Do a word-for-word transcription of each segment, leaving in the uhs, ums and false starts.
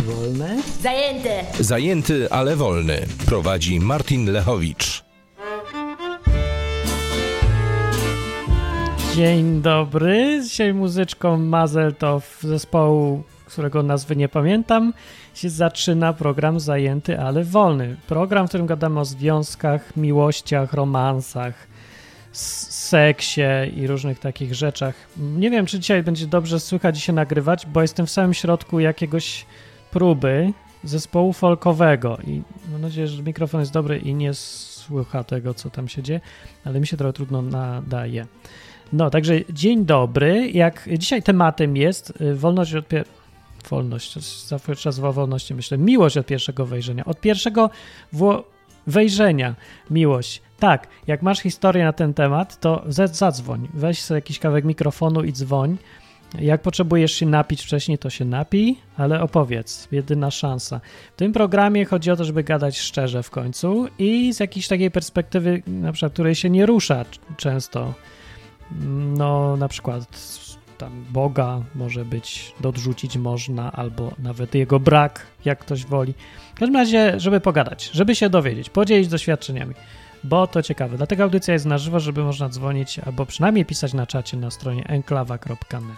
Wolne? Zajęty. Zajęty, ale wolny. Prowadzi Martin Lechowicz. Dzień dobry. Dzisiaj muzyczką Mazel Tov zespołu, którego nazwy nie pamiętam, się zaczyna program Zajęty, ale wolny. Program, w którym gadamy o związkach, miłościach, romansach, seksie i różnych takich rzeczach. Nie wiem, czy dzisiaj będzie dobrze słychać i się nagrywać, bo jestem w samym środku jakiegoś próby zespołu folkowego i mam nadzieję, że mikrofon jest dobry i nie słycha tego, co tam się dzieje, ale mi się trochę trudno nadaje. No, także dzień dobry. Jak dzisiaj tematem jest wolność od pier... Wolność, zawsze czas o wolności myślę. Miłość od pierwszego wejrzenia. Od pierwszego wło... wejrzenia miłość. Tak, jak masz historię na ten temat, to zadzwoń. Weź sobie jakiś kawałek mikrofonu i dzwoń. Jak potrzebujesz się napić wcześniej, to się napij, ale opowiedz. Jedyna szansa. W tym programie chodzi o to, żeby gadać szczerze w końcu i z jakiejś takiej perspektywy, na przykład, której się nie rusza często. No, na przykład tam Boga może być, odrzucić można, albo nawet jego brak, jak ktoś woli. W każdym razie, żeby pogadać, żeby się dowiedzieć, podzielić doświadczeniami, bo to ciekawe. Dlatego audycja jest na żywo, żeby można dzwonić, albo przynajmniej pisać na czacie na stronie enklawa kropka net.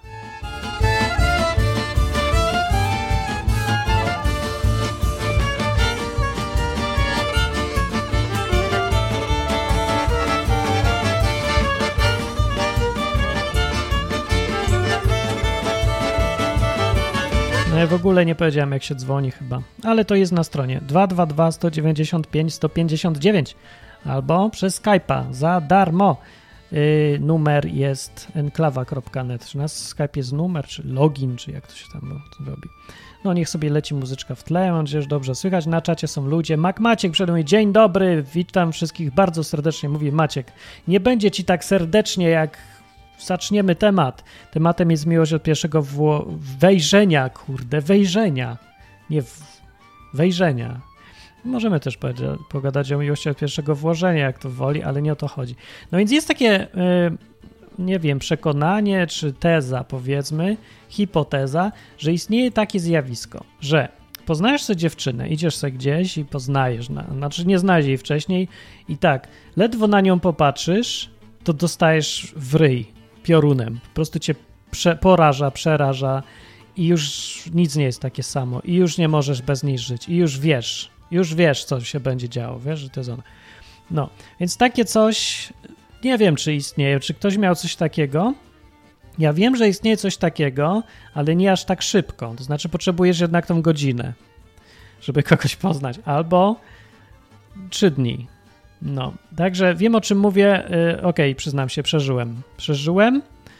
No ja w ogóle nie powiedziałem, jak się dzwoni chyba, ale to jest na stronie dwa dwa dwa, sto dziewięćdziesiąt pięć, sto pięćdziesiąt dziewięć albo przez Skype'a za darmo. Yy, numer jest enklawa kropka net. Czy na Skype jest numer, czy login, czy jak to się tam robi. No niech sobie leci muzyczka w tle, mam nadzieję, że dobrze słychać. Na czacie są ludzie. Mac Maciek przed mnie, dzień dobry, witam wszystkich bardzo serdecznie, mówi Maciek. Nie będzie ci tak serdecznie, jak zaczniemy temat. Tematem jest miłość od pierwszego wło- wejrzenia, kurde, wejrzenia. Nie w... wejrzenia. Możemy też pogadać, pogadać o miłości od pierwszego włożenia, jak to woli, ale nie o to chodzi. No więc jest takie, yy, nie wiem, przekonanie, czy teza, powiedzmy, hipoteza, że istnieje takie zjawisko, że poznajesz sobie dziewczynę, idziesz sobie gdzieś i poznajesz, na, znaczy nie znajdziesz jej wcześniej i tak, ledwo na nią popatrzysz, to dostajesz w ryj piorunem. Po prostu cię prze, poraża, przeraża i już nic nie jest takie samo i już nie możesz bez niej żyć i już wiesz, już wiesz, co się będzie działo, wiesz, że to jest ona. No, więc takie coś, nie wiem, czy istnieje, czy ktoś miał coś takiego. Ja wiem, że istnieje coś takiego, ale nie aż tak szybko. To znaczy potrzebujesz jednak tą godzinę, żeby kogoś poznać, albo trzy dni. No, także wiem, o czym mówię. Yy, Okej, okay, przyznam się, przeżyłem. Przeżyłem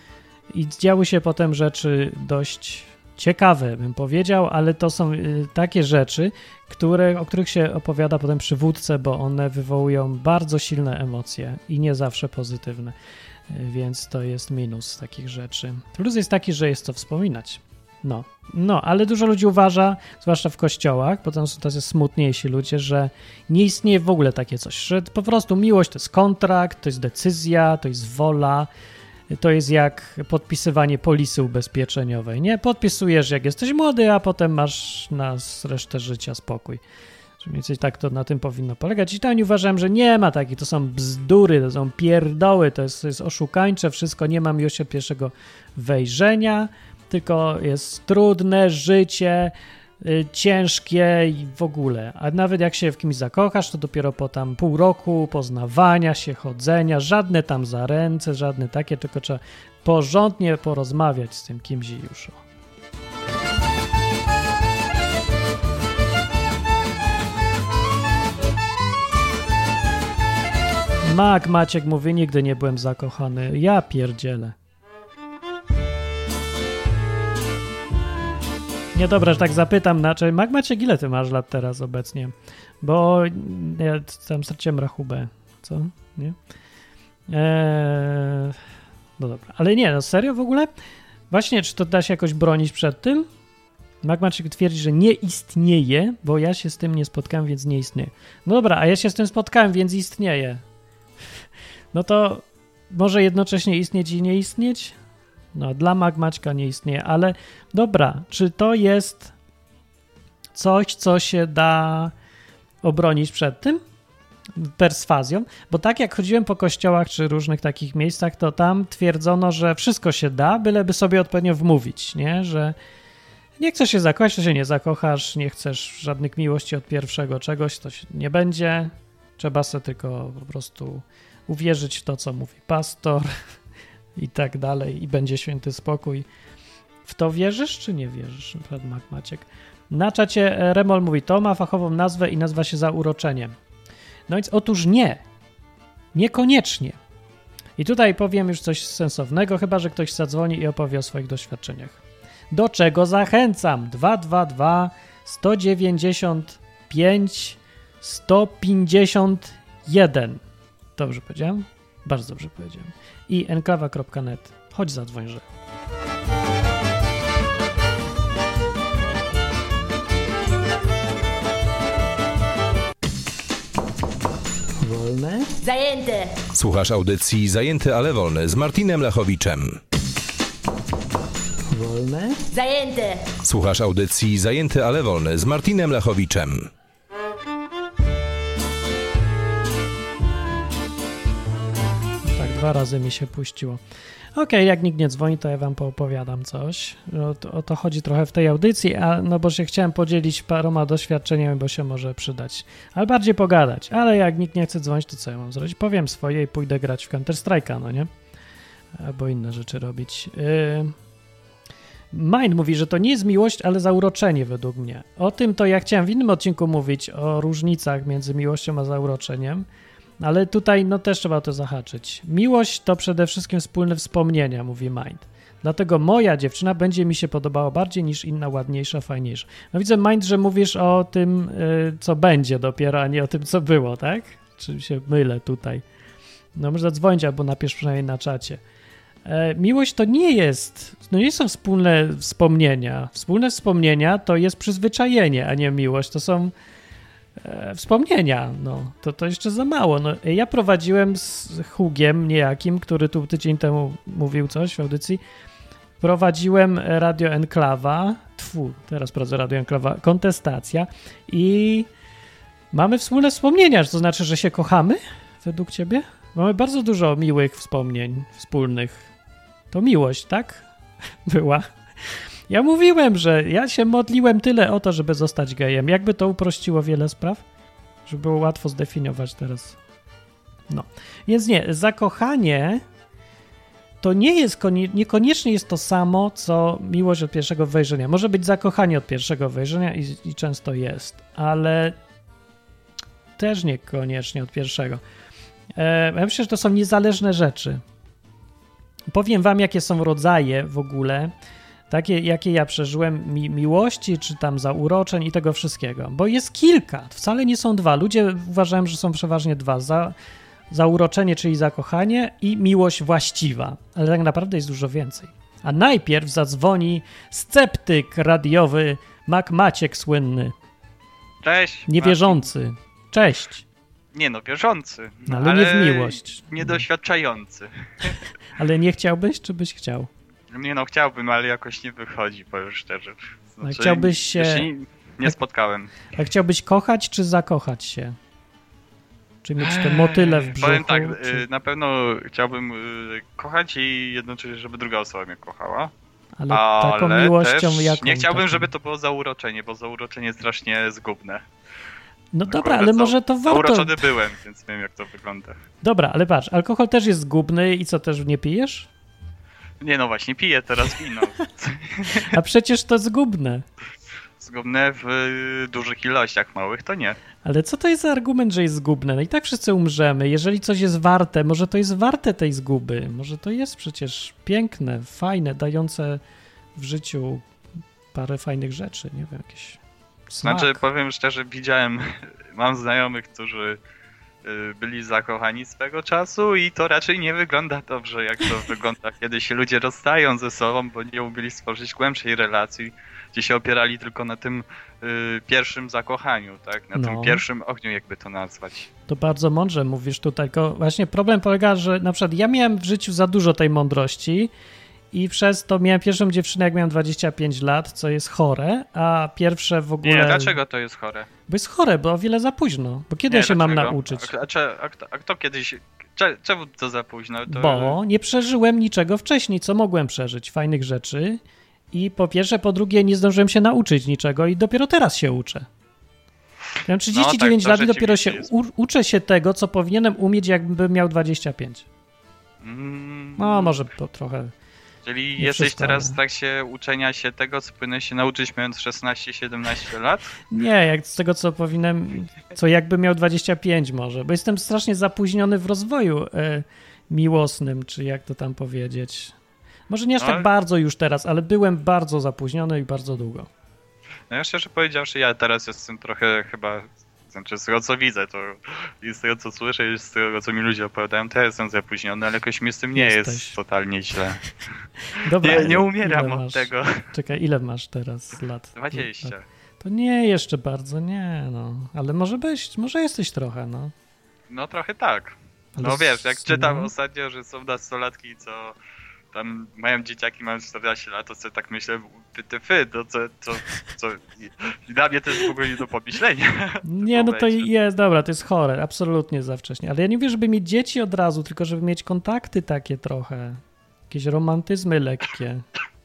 i działy się potem rzeczy dość ciekawe, bym powiedział, ale to są yy, takie rzeczy, które, o których się opowiada potem przy wódce, bo one wywołują bardzo silne emocje i nie zawsze pozytywne, yy, więc to jest minus takich rzeczy. Plus jest taki, że jest co wspominać. No, no, ale dużo ludzi uważa, zwłaszcza w kościołach, bo tam są tacy smutniejsi ludzie, że nie istnieje w ogóle takie coś, że po prostu miłość to jest kontrakt, to jest decyzja, to jest wola, to jest jak podpisywanie polisy ubezpieczeniowej, nie? Podpisujesz, jak jesteś młody, a potem masz na resztę życia spokój. Mniej więcej tak to na tym powinno polegać. I tam uważam, że nie ma takich, to są bzdury, to są pierdoły, to jest, to jest oszukańcze wszystko, nie ma miłości od pierwszego wejrzenia, tylko jest trudne życie, y, ciężkie i w ogóle. A nawet jak się w kimś zakochasz, to dopiero po tam pół roku poznawania się, chodzenia, żadne tam za ręce, żadne takie, tylko trzeba porządnie porozmawiać z tym kimś i już. Mac Maciek mówi, nigdy nie byłem zakochany. Ja pierdzielę. Nie, dobra, że tak zapytam, znaczy, Mac Maciek, ile ty masz lat teraz obecnie? Bo ja tam straciłem rachubę, co? Nie? Eee, no dobra, ale nie, no serio w ogóle? Właśnie, czy to da się jakoś bronić przed tym? Mac Maciek twierdzi, że nie istnieje, bo ja się z tym nie spotkałem, więc nie istnieje. No dobra, a ja się z tym spotkałem, więc istnieje. No to może jednocześnie istnieć i nie istnieć? No, dla Mac Maćka nie istnieje, ale dobra, czy to jest coś, co się da obronić przed tym perswazją, bo tak jak chodziłem po kościołach czy różnych takich miejscach, to tam twierdzono, że wszystko się da, byleby sobie odpowiednio wmówić, nie? Że nie chcesz się zakochać, to się nie zakochasz, nie chcesz żadnych miłości od pierwszego czegoś, to się nie będzie. Trzeba sobie tylko po prostu uwierzyć w to, co mówi pastor i tak dalej i będzie święty spokój. W to wierzysz, czy nie wierzysz? Na Maciek. Na czacie Remol mówi, to ma fachową nazwę i nazywa się zauroczenie. No więc otóż nie. Niekoniecznie. I tutaj powiem już coś sensownego, chyba że ktoś zadzwoni i opowie o swoich doświadczeniach. Do czego zachęcam? dwa dwa dwa, sto dziewięćdziesiąt pięć, sto pięćdziesiąt jeden. Dobrze powiedziałem? Bardzo dobrze powiedziałem. I enklawa kropka net. Chodź zadzwoń, że. Wolne? Zajęte. Słuchasz audycji Zajęty, ale wolny z Martinem Lechowiczem. Wolne? Zajęte. Słuchasz audycji Zajęty, ale wolny z Martinem Lechowiczem. Tak, dwa razy mi się puściło. Okej, okay, jak nikt nie dzwoni, to ja wam poopowiadam coś. O to, o to chodzi trochę w tej audycji, a no bo się chciałem podzielić paroma doświadczeniami, bo się może przydać. Ale bardziej pogadać. Ale jak nikt nie chce dzwonić, to co ja mam zrobić? Powiem swoje i pójdę grać w Counter-Strike'a, no nie? Albo inne rzeczy robić. Yy... Mind mówi, że to nie jest miłość, ale zauroczenie według mnie. O tym to ja chciałem w innym odcinku mówić, o różnicach między miłością a zauroczeniem, ale tutaj no też trzeba to zahaczyć. Miłość to przede wszystkim wspólne wspomnienia, mówi Mind. Dlatego moja dziewczyna będzie mi się podobała bardziej niż inna, ładniejsza, fajniejsza. No widzę, Mind, że mówisz o tym, yy, co będzie dopiero, a nie o tym, co było, tak? Czy się mylę tutaj? No może zadzwonić albo napisz przynajmniej na czacie. Miłość to nie jest, no nie są wspólne wspomnienia. Wspólne wspomnienia to jest przyzwyczajenie, a nie miłość. To są e, wspomnienia. No, to, to jeszcze za mało. No, ja prowadziłem z Hugiem niejakim, który tu tydzień temu mówił coś w audycji. Prowadziłem Radio Enklawa. Tfu, teraz prowadzę Radio Enklawa. Kontestacja. I mamy wspólne wspomnienia. To znaczy, że się kochamy według ciebie? Mamy bardzo dużo miłych wspomnień wspólnych. To miłość, tak? Była. Ja mówiłem, że ja się modliłem tyle o to, żeby zostać gejem. Jakby to uprościło wiele spraw, żeby było łatwo zdefiniować teraz. No. Więc nie, zakochanie to nie jest, niekoniecznie jest to samo, co miłość od pierwszego wejrzenia. Może być zakochanie od pierwszego wejrzenia i, i często jest, ale też niekoniecznie od pierwszego. Ja myślę, że to są niezależne rzeczy. Powiem wam, jakie są rodzaje w ogóle, takie, jakie ja przeżyłem mi, miłości, czy tam zauroczeń i tego wszystkiego, bo jest kilka, wcale nie są dwa. Ludzie uważają, że są przeważnie dwa. Za, zauroczenie, czyli zakochanie i miłość właściwa, ale tak naprawdę jest dużo więcej. A najpierw zadzwoni sceptyk radiowy Mac Maciek słynny. Cześć. Niewierzący. Cześć. Nie no, wierzący. No, ale, ale nie w miłość. Niedoświadczający. Ale nie chciałbyś, czy byś chciał? Nie no, chciałbym, ale jakoś nie wychodzi, powiem szczerze. Znaczy, a chciałbyś się... Nie, nie spotkałem. A chciałbyś kochać, czy zakochać się? Czy mieć te motyle w brzuchu? Powiem tak, czy... na pewno chciałbym kochać i jednocześnie, żeby druga osoba mnie kochała. Ale, ale taką miłością jaką? Nie chciałbym, taką? żeby to było zauroczenie, bo zauroczenie jest strasznie zgubne. No dobra, ale może to warto... Zauroczony byłem, więc wiem, jak to wygląda. Dobra, ale patrz, alkohol też jest zgubny i co, też nie pijesz? Nie no właśnie, piję teraz wino. A przecież to zgubne. Zgubne w dużych ilościach, małych to nie. Ale co to jest za argument, że jest zgubne? No i tak wszyscy umrzemy. Jeżeli coś jest warte, może to jest warte tej zguby. Może to jest przecież piękne, fajne, dające w życiu parę fajnych rzeczy. Nie wiem, jakieś smak. Znaczy, powiem szczerze, widziałem, mam znajomych, którzy byli zakochani swego czasu i to raczej nie wygląda dobrze, jak to wygląda, kiedy się ludzie rozstają ze sobą, bo nie umieli stworzyć głębszej relacji, gdzie się opierali tylko na tym y, pierwszym zakochaniu, tak? Na no. tym pierwszym ogniu, jakby to nazwać. To bardzo mądrze mówisz tutaj, tylko właśnie problem polega, że na przykład ja miałem w życiu za dużo tej mądrości i przez to miałem pierwszą dziewczynę, jak miałem dwadzieścia pięć lat, co jest chore, a pierwsze w ogóle... Nie, dlaczego to jest chore? Bo jest chore, bo o wiele za późno. Bo kiedy nie, ja się dlaczego? mam nauczyć? A, a, a, a, kto, a kto kiedyś... Cze, czemu to za późno? To... Bo nie przeżyłem niczego wcześniej, co mogłem przeżyć, fajnych rzeczy. I po pierwsze, po drugie, nie zdążyłem się nauczyć niczego i dopiero teraz się uczę. Miałem trzydzieści dziewięć no, tak, lat i dopiero się jest. u, uczę się tego, co powinienem umieć, jakbym miał dwadzieścia pięć. Mm, No, może to trochę... Czyli nie jesteś wszystko, teraz ale- w trakcie uczenia się tego, co powinieneś się nauczyć mając szesnaście siedemnaście lat? Nie, jak z tego, co powinienem... Co jakbym miał dwadzieścia pięć może, bo jestem strasznie zapóźniony w rozwoju e, miłosnym, czy jak to tam powiedzieć. Może nie aż No, tak ale- bardzo już teraz, ale byłem bardzo zapóźniony i bardzo długo. No ja szczerze powiedziawszy, ja teraz jestem trochę chyba, znaczy z tego co widzę, to i z tego co słyszę, i z tego co mi ludzie opowiadają, to ja jestem zapóźniony, ale jakoś mi z tym nie Jesteś. jest totalnie źle. Dobra, Nie, nie ile umieram od masz? tego. Czekaj, ile masz teraz lat? dwadzieścia. To nie, jeszcze bardzo nie, no. Ale może być, może jesteś trochę, no. No trochę tak. Ale No wiesz, jak s- czytam no. ostatnio, że są nastolatki, co tam mają dzieciaki, mają czternaście lat, to sobie tak myślę, ty, ty, fy, to co, co, co, i dla mnie to jest w ogóle nie do pomyślenia. Nie, no to momencie. jest, dobra, to jest chore, absolutnie za wcześnie. Ale ja nie mówię, żeby mieć dzieci od razu, tylko żeby mieć kontakty takie trochę. Jakieś romantyzmy lekkie.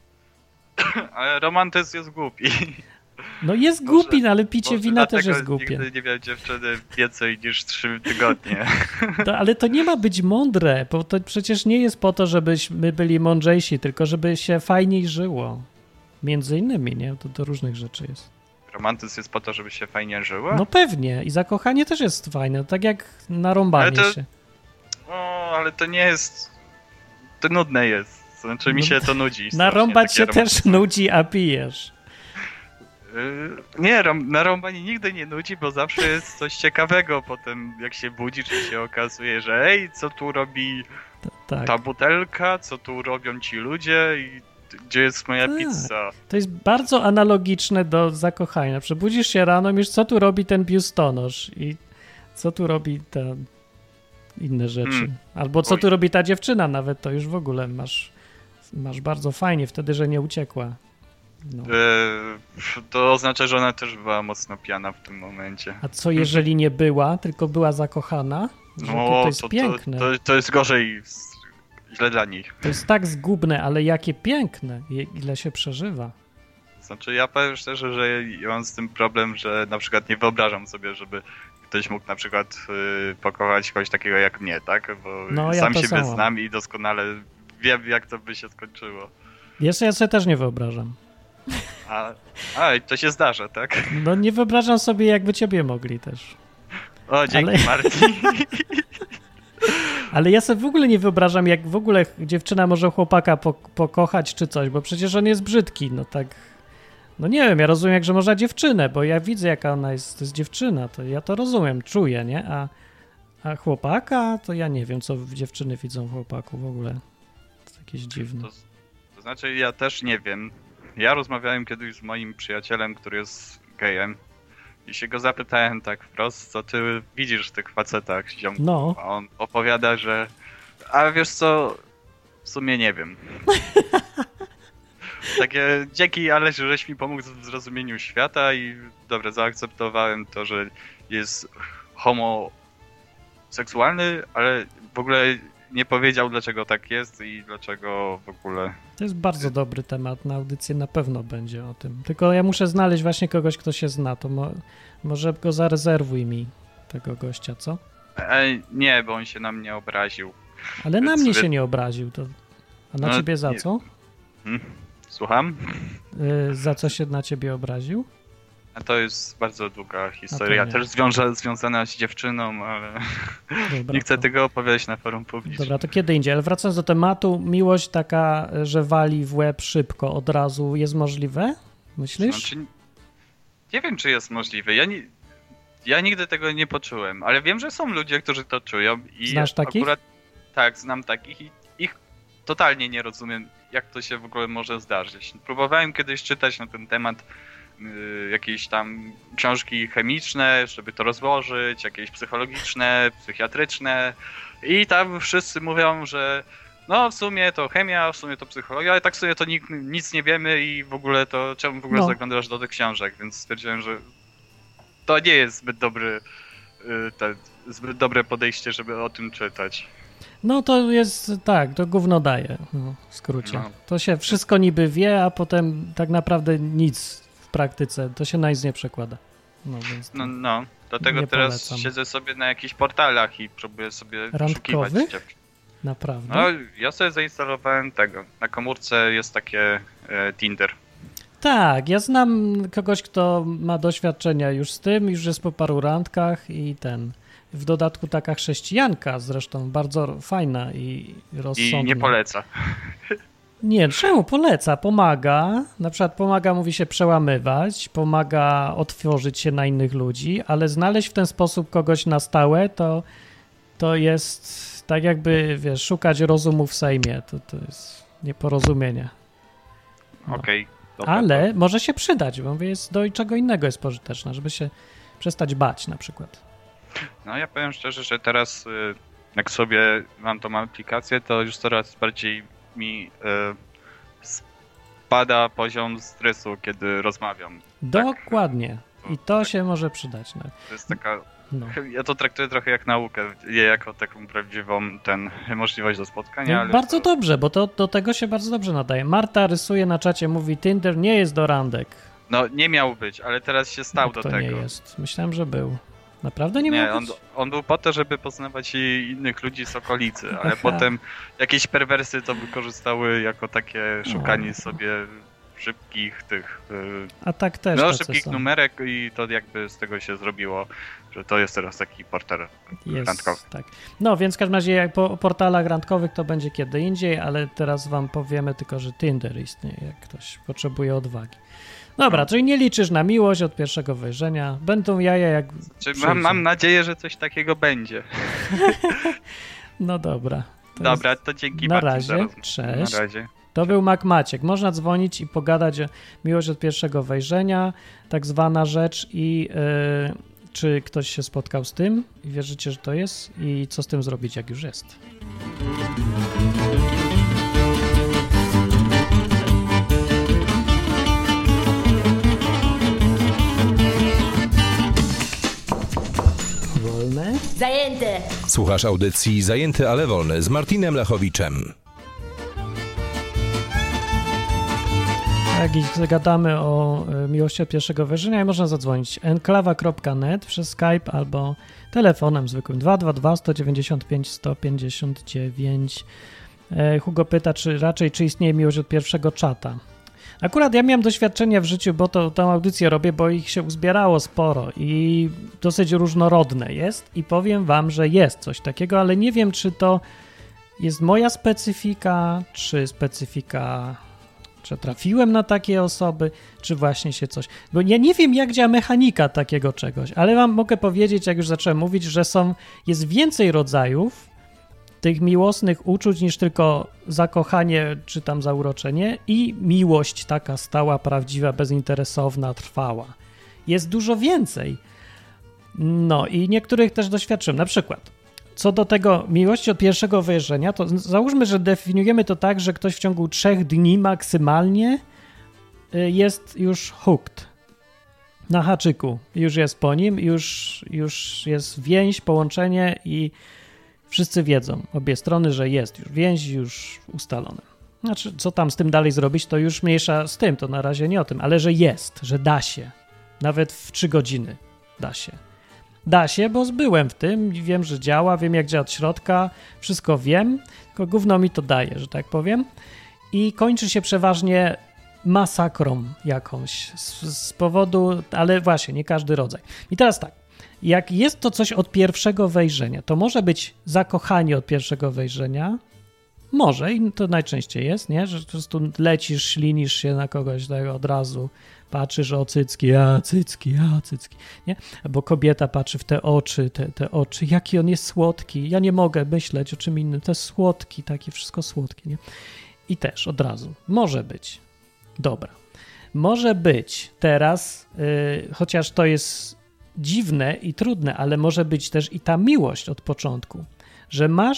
Ale romantyzm jest głupi. No jest Może- głupi, no, ale picie Może wina też dlatego jest głupie. nigdy nie miałem dziewczyny więcej niż trzy tygodnie. To, ale to nie ma być mądre, bo to przecież nie jest po to, żebyśmy byli mądrzejsi, tylko żeby się fajniej żyło. Między innymi, nie? To do różnych rzeczy jest. Romantyzm jest po to, żeby się fajnie żyło? No pewnie. I zakochanie też jest fajne, tak jak narąbanie Ale to- się. O, ale to nie jest... To nudne jest. Znaczy mi No, się to nudzi. strasznie, Narąbać się takie też nudzi, a pijesz. Yy, Nie, rom- narąbanie nigdy nie nudzi, bo zawsze jest coś ciekawego potem, jak się budzi, czy się okazuje, że ej, co tu robi T- tak. ta butelka, co tu robią ci ludzie i t- gdzie jest moja Tak. pizza? To jest bardzo analogiczne do zakochania. Przebudzisz się rano, myślisz, co tu robi ten biustonosz i co tu robi ta inne rzeczy. Hmm. Albo co Oj. tu robi ta dziewczyna nawet, to już w ogóle masz, masz bardzo fajnie wtedy, że nie uciekła. No. Yy, To oznacza, że ona też była mocno pijana w tym momencie. A co jeżeli nie była, tylko była zakochana? Że to, to jest to, piękne. To, to, to jest gorzej, s- źle dla nich. To jest tak zgubne, ale jakie piękne, je- ile się przeżywa. Znaczy ja powiem szczerze, że ja mam z tym problem, że na przykład nie wyobrażam sobie, żeby ktoś mógł na przykład yy, pokochać kogoś takiego jak mnie, tak? Bo No, ja sam to siebie samo. znam i doskonale wiem, jak to by się skończyło. Jeszcze ja sobie też nie wyobrażam. A, a i to się zdarza, tak? No nie wyobrażam sobie, jakby ciebie mogli też. O, dzięki Ale- Martin. Ale ja sobie w ogóle nie wyobrażam, jak w ogóle dziewczyna może chłopaka po, pokochać czy coś, bo przecież on jest brzydki, no tak. No nie wiem, ja rozumiem, jak że można dziewczynę, bo ja widzę, jaka ona jest, to jest dziewczyna, to ja to rozumiem, czuję, nie? A, a chłopaka, to ja nie wiem, co dziewczyny widzą w chłopaku w ogóle. To jest jakieś dziwne. To, to znaczy ja też nie wiem. Ja rozmawiałem kiedyś z moim przyjacielem, który jest gejem i się go zapytałem tak wprost, co ty widzisz w tych facetach, ziomku? No. A on opowiada, że a wiesz co, w sumie nie wiem. Takie dzięki, ale żeś mi pomógł w zrozumieniu świata i dobra, zaakceptowałem to, że jest homoseksualny, ale w ogóle nie powiedział, dlaczego tak jest i dlaczego w ogóle... To jest bardzo dobry temat, na audycję na pewno będzie o tym. Tylko ja muszę znaleźć właśnie kogoś, kto się zna, to mo- może go zarezerwuj mi, tego gościa, co? E, nie, bo on się na mnie obraził. Ale na Więc mnie sobie- się nie obraził, to... A na No, ciebie za nie- co? Hmm? Słucham? Y, za co się na ciebie obraził? A to jest bardzo długa historia, nie. też zwiąże, związana z dziewczyną, ale Dobra, nie chcę to, tego opowiadać na forum publicznym. dobra, to kiedy indziej. Ale wracając do tematu, miłość taka, że wali w łeb szybko, od razu jest możliwe? Myślisz? Znaczy, nie wiem, czy jest możliwe. Ja, nie, ja nigdy tego nie poczułem, ale wiem, że są ludzie, którzy to czują. I Znasz takich? Akurat, tak, znam takich i ich totalnie nie rozumiem, jak to się w ogóle może zdarzyć. Próbowałem kiedyś czytać na ten temat y, jakieś tam książki chemiczne, żeby to rozłożyć, jakieś psychologiczne, psychiatryczne i tam wszyscy mówią, że no w sumie to chemia, w sumie to psychologia, ale tak w sumie to nikt, nic nie wiemy i w ogóle to czemu w ogóle No. zaglądasz do tych książek, więc stwierdziłem, że to nie jest zbyt dobry, y, te, zbyt dobre podejście, żeby o tym czytać. No to jest, tak, to gówno daje, no, w skrócie. No. To się wszystko niby wie, a potem tak naprawdę nic w praktyce, to się na nic nie przekłada. No, więc to No, no. Dlatego nie teraz polecam. siedzę sobie na jakichś portalach i próbuję sobie Randkowych? poszukiwać dziewczyn. naprawdę. No, ja sobie zainstalowałem tego. Na komórce jest takie e, Tinder. Tak, ja znam kogoś, kto ma doświadczenia już z tym, już jest po paru randkach i ten, w dodatku taka chrześcijanka zresztą, bardzo fajna i rozsądna. I nie poleca. Nie, czemu? Poleca, pomaga, na przykład pomaga, mówi się, przełamywać, pomaga otworzyć się na innych ludzi, ale znaleźć w ten sposób kogoś na stałe, to, to jest tak jakby, wiesz, szukać rozumu w Sejmie, to, to jest nieporozumienie. No. Okej. dobra, Ale może się przydać, bo mówię, jest do czego innego jest pożyteczna, żeby się przestać bać na przykład. to- No ja powiem szczerze, że teraz y, jak sobie mam tą aplikację, to już coraz bardziej mi y, spada poziom stresu, kiedy rozmawiam. Dokładnie. I to się może przydać. No. To jest taka... No. Ja to traktuję trochę jak naukę, nie jako taką prawdziwą ten możliwość do spotkania, No, ale... bardzo to... dobrze, bo to do tego się bardzo dobrze nadaje. Marta rysuje na czacie, mówi, Tinder nie jest do randek. No nie miał być, ale teraz się stał Jak do to tego. nie jest? Myślałem, że był. Naprawdę nie, Nie, miał on, być? on był po to, żeby poznawać i innych ludzi z okolicy, ale Aha. potem jakieś perwersy to wykorzystały jako takie szukanie O. sobie szybkich tych... y, A tak też No tacy szybkich są. numerek i to jakby z tego się zrobiło, że to jest teraz taki portal randkowy. Jest, tak. No, więc w każdym razie jak po portalach randkowych to będzie kiedy indziej, ale teraz wam powiemy tylko, że Tinder istnieje, jak ktoś potrzebuje odwagi. Dobra, czyli nie liczysz na miłość od pierwszego wejrzenia. Będą jaja jak Czy przyjdzie. mam, mam nadzieję, że coś takiego będzie. No dobra. To Dobra, jest... to dzięki Na Marcin, razie, za rozmowę. cześć. Na razie. To był Mac Maciek. Można dzwonić i pogadać o miłość od pierwszego wejrzenia, tak zwana rzecz i yy, czy ktoś się spotkał z tym i wierzycie, że to jest i co z tym zrobić, jak już jest. Wolne? Zajęte! Słuchasz audycji Zajęty, ale wolny z Martinem Lechowiczem. Jak ich zagadamy o y, miłości od pierwszego wejrzenia, i można zadzwonić enklawa kropka net przez Skype albo telefonem zwykłym dwa dwa dwa, sto dziewięćdziesiąt pięć, sto pięćdziesiąt dziewięć. E, Hugo pyta, czy raczej czy istnieje miłość od pierwszego czata. Akurat ja miałem doświadczenia w życiu, bo to, tą audycję robię, bo ich się uzbierało sporo i dosyć różnorodne jest i powiem wam, że jest coś takiego, ale nie wiem, czy to jest moja specyfika, czy specyfika... Czy trafiłem na takie osoby, czy właśnie się coś... Bo ja nie wiem, jak działa mechanika takiego czegoś, ale wam mogę powiedzieć, jak już zacząłem mówić, że są, jest więcej rodzajów tych miłosnych uczuć niż tylko zakochanie czy tam zauroczenie i miłość taka stała, prawdziwa, bezinteresowna, trwała. Jest dużo więcej. No i niektórych też doświadczyłem. Na przykład co do tego miłości od pierwszego wejrzenia, to załóżmy, że definiujemy to tak, że ktoś w ciągu trzech dni maksymalnie jest już hooked. Na haczyku. Już jest po nim, już, już jest więź, połączenie i wszyscy wiedzą, obie strony, że jest już więź, już ustalone. Znaczy, co tam z tym dalej zrobić, to już mniejsza z tym, to na razie nie o tym, ale że jest, że da się. Nawet w trzy godziny da się. Da się, bo zbyłem w tym, wiem, że działa, wiem, jak działa od środka, wszystko wiem, tylko gówno mi to daje, że tak powiem. I kończy się przeważnie masakrą jakąś z, z powodu, ale właśnie, nie każdy rodzaj. I teraz tak, jak jest to coś od pierwszego wejrzenia, to może być zakochanie od pierwszego wejrzenia, może i to najczęściej jest, nie? Że po prostu lecisz, ślinisz się na kogoś tak od razu, patrzysz o cycki, a cycki, a cycki, nie? Bo kobieta patrzy w te oczy, te, te oczy, jaki on jest słodki, ja nie mogę myśleć o czym innym, to jest słodki, taki wszystko słodkie, nie? I też od razu, może być, dobra, może być teraz, yy, chociaż to jest dziwne i trudne, ale może być też i ta miłość od początku, że masz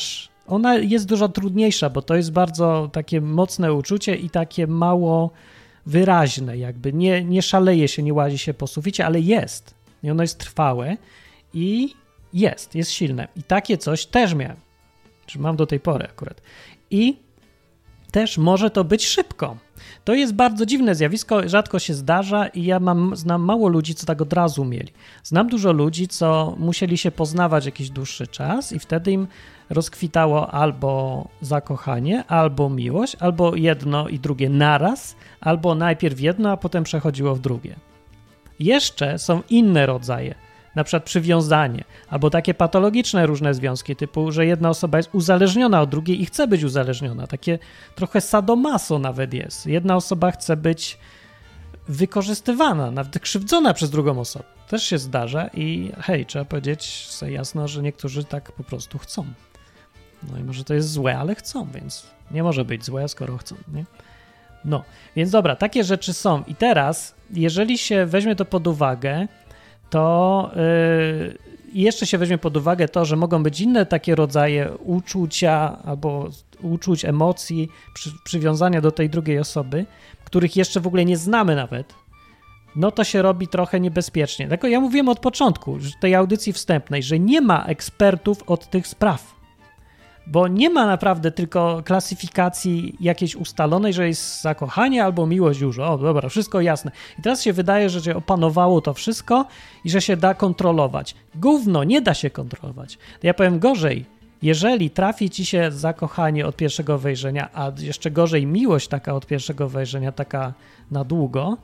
Ona jest dużo trudniejsza, bo to jest bardzo takie mocne uczucie i takie mało wyraźne, jakby nie, nie szaleje się, nie łazi się po suficie, ale jest. I ono jest trwałe i jest, jest silne. I takie coś też miałem. Czy mam do tej pory akurat. I też może to być szybko. To jest bardzo dziwne zjawisko, rzadko się zdarza i ja mam, znam mało ludzi, co tak od razu mieli. Znam dużo ludzi, co musieli się poznawać jakiś dłuższy czas i wtedy im rozkwitało albo zakochanie, albo miłość, albo jedno i drugie naraz, albo najpierw jedno, a potem przechodziło w drugie. Jeszcze są inne rodzaje, na przykład przywiązanie, albo takie patologiczne różne związki, typu, że jedna osoba jest uzależniona od drugiej i chce być uzależniona. Takie trochę sadomaso nawet jest. Jedna osoba chce być wykorzystywana, nawet krzywdzona przez drugą osobę. Też się zdarza i hej, trzeba powiedzieć sobie jasno, że niektórzy tak po prostu chcą. No i może to jest złe, ale chcą, więc nie może być złe, skoro chcą, nie? No, więc dobra, takie rzeczy są. I teraz, jeżeli się weźmie to pod uwagę, to yy, jeszcze się weźmie pod uwagę to, że mogą być inne takie rodzaje uczucia albo uczuć, emocji, przy, przywiązania do tej drugiej osoby, których jeszcze w ogóle nie znamy nawet, no to się robi trochę niebezpiecznie. Tylko ja mówiłem od początku, że tej audycji wstępnej, że nie ma ekspertów od tych spraw, bo nie ma naprawdę tylko klasyfikacji jakiejś ustalonej, że jest zakochanie albo miłość już. O, dobra, wszystko jasne. I teraz się wydaje, że się opanowało to wszystko i że się da kontrolować. Gówno, nie da się kontrolować. Ja powiem gorzej. Jeżeli trafi ci się zakochanie od pierwszego wejrzenia, a jeszcze gorzej miłość taka od pierwszego wejrzenia, taka na długo,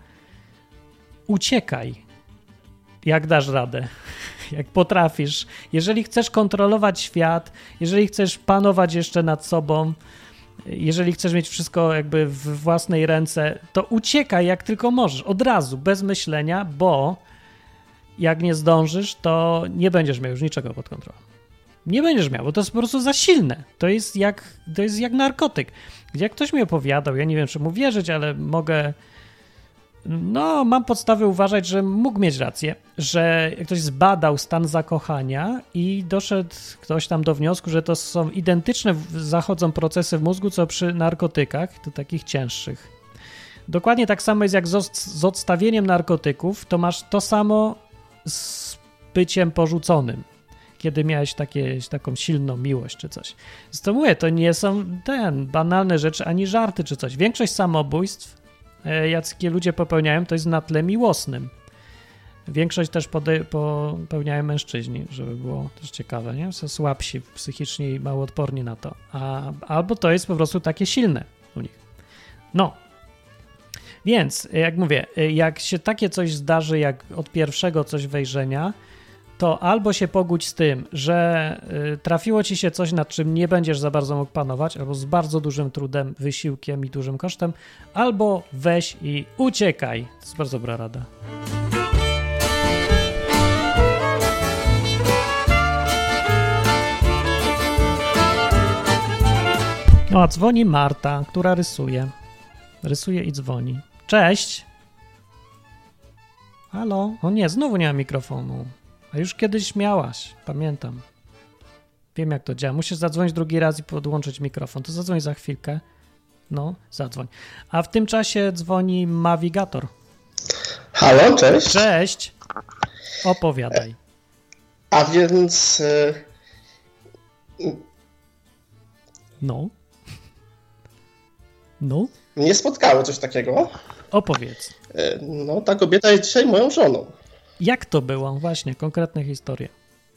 uciekaj, jak dasz radę. Jak potrafisz, jeżeli chcesz kontrolować świat, jeżeli chcesz panować jeszcze nad sobą, jeżeli chcesz mieć wszystko jakby w własnej ręce, to uciekaj jak tylko możesz, od razu, bez myślenia, bo jak nie zdążysz, to nie będziesz miał już niczego pod kontrolą. Nie będziesz miał, bo to jest po prostu za silne. To jest jak, to jest jak narkotyk. Jak ktoś mi opowiadał, ja nie wiem, czy mu wierzyć, ale mogę... No, mam podstawy uważać, że mógł mieć rację, że ktoś zbadał stan zakochania i doszedł ktoś tam do wniosku, że to są identyczne, zachodzą procesy w mózgu, co przy narkotykach, to takich cięższych. Dokładnie tak samo jest jak z, z odstawieniem narkotyków, to masz to samo z byciem porzuconym, kiedy miałeś takie, taką silną miłość czy coś. Więc to mówię, to nie są ten, banalne rzeczy, ani żarty czy coś. Większość samobójstw, jakie ludzie popełniają, to jest na tle miłosnym. Większość też pode- popełniają mężczyźni, żeby było też ciekawe, nie? Są słabsi psychicznie i mało odporni na to. A, albo to jest po prostu takie silne u nich. No. Więc, jak mówię, jak się takie coś zdarzy, jak od pierwszego coś wejrzenia, to albo się pogódź z tym, że trafiło ci się coś, nad czym nie będziesz za bardzo mógł panować, albo z bardzo dużym trudem, wysiłkiem i dużym kosztem, albo weź i uciekaj. To jest bardzo dobra rada. No a dzwoni Marta, która rysuje. Rysuje i dzwoni. Cześć! Halo? O nie, znowu nie ma mikrofonu. A już kiedyś miałaś, pamiętam. Wiem, jak to działa. Musisz zadzwonić drugi raz i podłączyć mikrofon. To zadzwoń za chwilkę. No, zadzwoń. A w tym czasie dzwoni Mavigator. Halo, cześć. Cześć. Opowiadaj. A więc... Yy... No. No. Mnie spotkało coś takiego. Opowiedz. Yy, no, ta kobieta jest dzisiaj moją żoną. Jak to było? Właśnie, konkretne historie.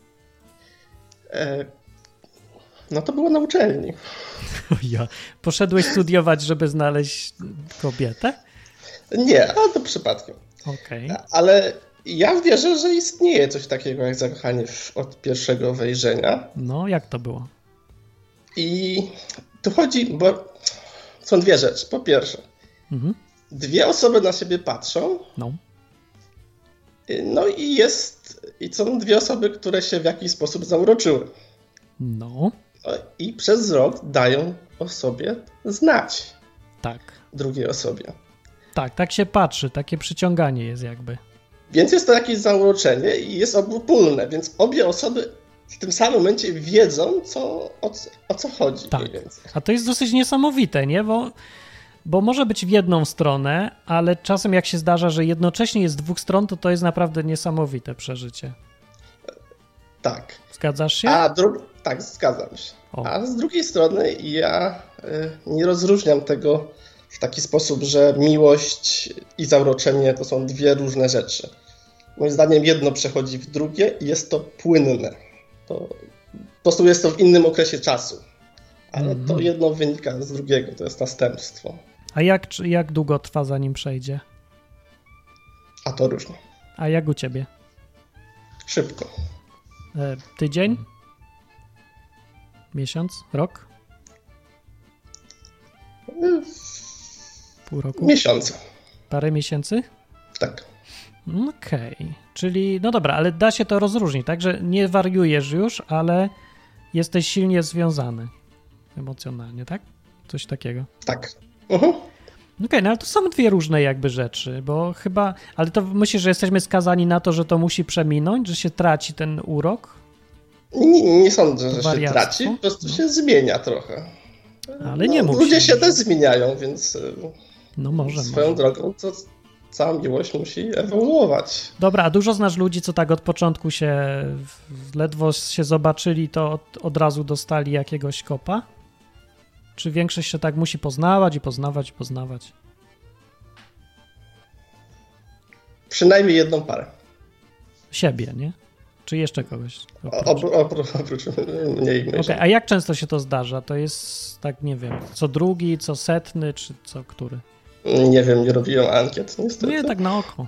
Yy... No to było na uczelni. Ja. Poszedłeś studiować, żeby znaleźć kobietę? Nie, ale to przypadkiem. Okej. Okay. Ale ja wierzę, że istnieje coś takiego jak zakochanie od pierwszego wejrzenia. No, jak to było? I tu chodzi, bo są dwie rzeczy. Po pierwsze, mhm. dwie osoby na siebie patrzą. No. No i jest, i są dwie osoby, które się w jakiś sposób zauroczyły. No. I przez rok dają o sobie znać. Tak. Drugiej osobie. Tak, tak się patrzy, takie przyciąganie jest jakby. Więc jest to jakieś zauroczenie i jest obopólne, więc obie osoby w tym samym momencie wiedzą, co, o, o co chodzi. Tak. A to jest dosyć niesamowite, nie? Bo, bo może być w jedną stronę, ale czasem jak się zdarza, że jednocześnie jest z dwóch stron, to to jest naprawdę niesamowite przeżycie. Tak. Zgadzasz się? A dru- tak, zgadzam się. O. A z drugiej strony ja y, nie rozróżniam tego w taki sposób, że miłość i zauroczenie to są dwie różne rzeczy. Moim zdaniem jedno przechodzi w drugie i jest to płynne. To, po prostu jest to w innym okresie czasu. Ale mm-hmm. to jedno wynika z drugiego, to jest następstwo. A jak, jak długo trwa, zanim przejdzie? A to różnie. A jak u ciebie? Szybko. E, tydzień? Miesiąc? Rok? Pół roku? Miesiące. Parę miesięcy? Tak. Okej. Okay. Czyli, no dobra, ale da się to rozróżnić, tak? Że nie wariujesz już, ale jesteś silnie związany emocjonalnie, tak? Coś takiego. Tak. Uh-huh. Okej, okay, no ale to są dwie różne jakby rzeczy, bo chyba... Ale to myślisz, że jesteśmy skazani na to, że to musi przeminąć, że się traci ten urok? Nie, nie sądzę, że się traci, po prostu no. się zmienia trochę. Ale nie no, musi. Ludzie się też zmieniają, więc no może, swoją może. drogą to cała miłość musi ewoluować. Dobra, a dużo znasz ludzi, co tak od początku się ledwo się zobaczyli, to od, od razu dostali jakiegoś kopa? Czy większość się tak musi poznawać i poznawać i poznawać? Przynajmniej jedną parę. Siebie, nie? Czy jeszcze kogoś? Oprócz, oprócz, oprócz mnie i okay, a jak często się to zdarza? To jest, tak nie wiem, co drugi, co setny, czy co który? Nie wiem, nie robiłem ankiet, niestety. Nie, tak na oko.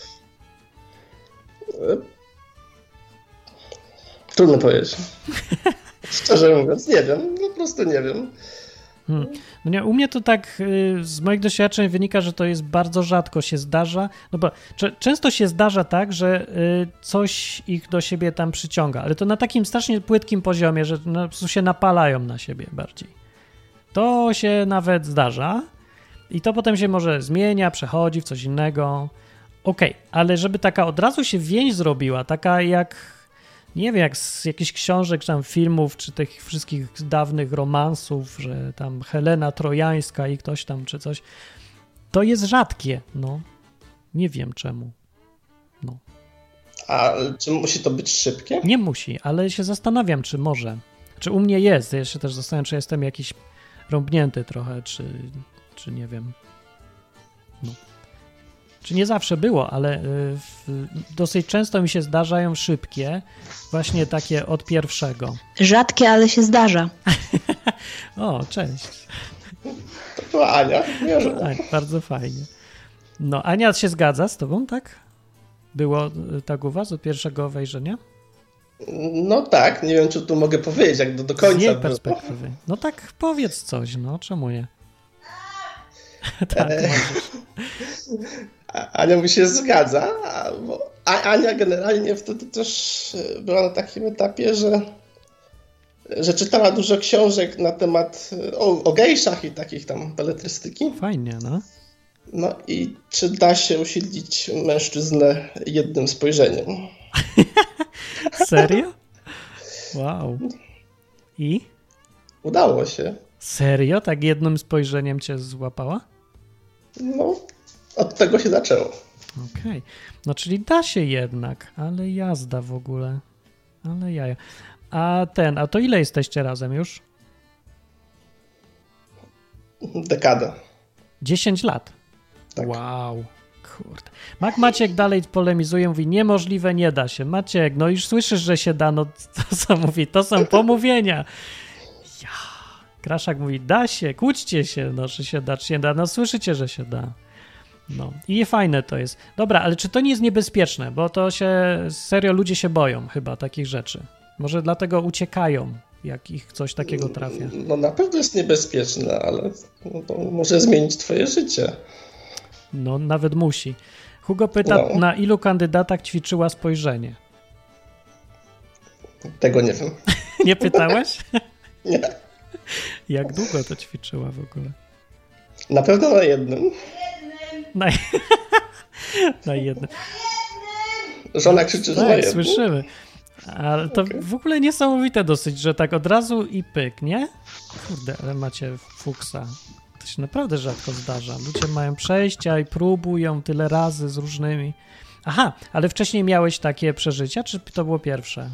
Trudno powiedzieć. Szczerze mówiąc, nie wiem, po prostu nie wiem. Hmm. No nie, u mnie to tak y, z moich doświadczeń wynika, że to jest bardzo rzadko się zdarza, no bo cze- często się zdarza tak, że y, coś ich do siebie tam przyciąga, ale to na takim strasznie płytkim poziomie, że no, po prostu się napalają na siebie bardziej. To się nawet zdarza i to potem się może zmienia, przechodzi w coś innego. Okej, okay, ale żeby taka od razu się więź zrobiła, taka jak nie wiem, jak z jakichś książek, czy tam filmów, czy tych wszystkich dawnych romansów, że tam Helena Trojańska i ktoś tam, czy coś, to jest rzadkie, no. Nie wiem czemu. No. A czy musi to być szybkie? Nie musi, ale się zastanawiam, czy może. Czy u mnie jest, ja się też zastanawiam, czy jestem jakiś rąbnięty trochę, czy, czy nie wiem. No. Czy nie zawsze było, ale y, dosyć często mi się zdarzają szybkie, właśnie takie od pierwszego. Rzadkie, ale się zdarza. O, cześć. To była Ania. Tak, bardzo fajnie. No, Ania się zgadza z tobą, tak? Było tak u was od pierwszego wejrzenia? No tak, nie wiem, czy tu mogę powiedzieć, jak do, do końca. Z jej perspektywy. Było. No tak, powiedz coś, no, czemu nie? Tak, e... Ania mi się zgadza, bo Ania generalnie wtedy też była na takim etapie, że, że czytała dużo książek na temat o, o gejszach i takich tam beletrystyki. Fajnie, no. No i czy da się usiedlić mężczyznę jednym spojrzeniem? Serio? Wow. I? Udało się. Serio? Tak jednym spojrzeniem cię złapała? No, od tego się zaczęło. Okej. Okay. No czyli da się jednak, ale jazda w ogóle. Ale jaja. A ten, a to ile jesteście razem już? Dekadę. dziesięć lat? Tak. Wow. Kurde. Mac Maciek dalej polemizuje, mówi niemożliwe, nie da się. Maciek, no już słyszysz, że się da, no to co mówi, to są pomówienia. Ja. Kraszak mówi, da się, kłóćcie się, no czy się da, czy nie da, no słyszycie, że się da. No i fajne to jest. Dobra, ale czy to nie jest niebezpieczne, bo to się, serio ludzie się boją chyba takich rzeczy. Może dlatego uciekają, jak ich coś takiego trafia. No na pewno jest niebezpieczne, ale no, to może zmienić twoje życie. No nawet musi. Hugo pyta, no. Na ilu kandydatach ćwiczyła spojrzenie? Tego nie wiem. Nie pytałeś? Nie. Jak długo to ćwiczyła w ogóle? Na pewno na jednym. Na, na jednym. Żona krzyczy, że tak, na jednym. Słyszymy. Ale to okay. w ogóle niesamowite dosyć, że tak od razu i pyk, nie? Kurde, ale macie fuksa. To się naprawdę rzadko zdarza. Ludzie mają przejścia i próbują tyle razy z różnymi. Aha, ale wcześniej miałeś takie przeżycia, czy to było pierwsze?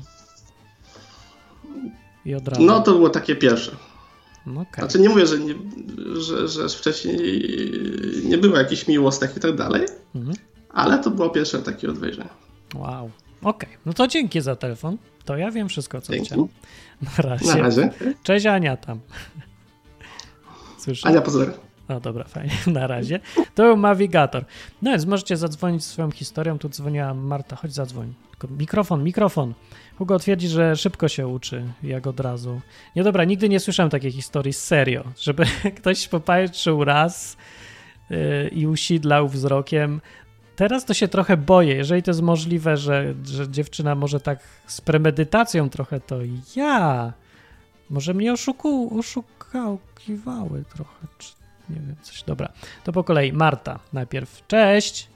I od razu. No to było takie pierwsze. Okay. Znaczy nie mówię, że, nie, że, że wcześniej nie było jakichś miłostek i tak dalej, mhm. ale to było pierwsze takie odwejrzenie. Wow, okej. Okay. No to dzięki za telefon. To ja wiem wszystko, co dzięki. chciałem. Na razie. Na razie. Cześć Ania tam. Słyszę? Ania, pozdrawiam. No dobra, fajnie. Na razie. To był Navigator. No więc możecie zadzwonić swoją historią. Tu dzwoniła Marta. Chodź zadzwoń. Tylko mikrofon, mikrofon. Hugo twierdzi, że szybko się uczy, jak od razu. Nie dobra, nigdy nie słyszałem takiej historii, serio. Żeby ktoś popatrzył raz yy, i usidlał wzrokiem. Teraz to się trochę boję. Jeżeli to jest możliwe, że, że dziewczyna może tak z premedytacją trochę, to ja. Może mnie oszuku, oszukiwały trochę. Czy, nie wiem, coś. Dobra. To po kolei. Marta najpierw. Cześć.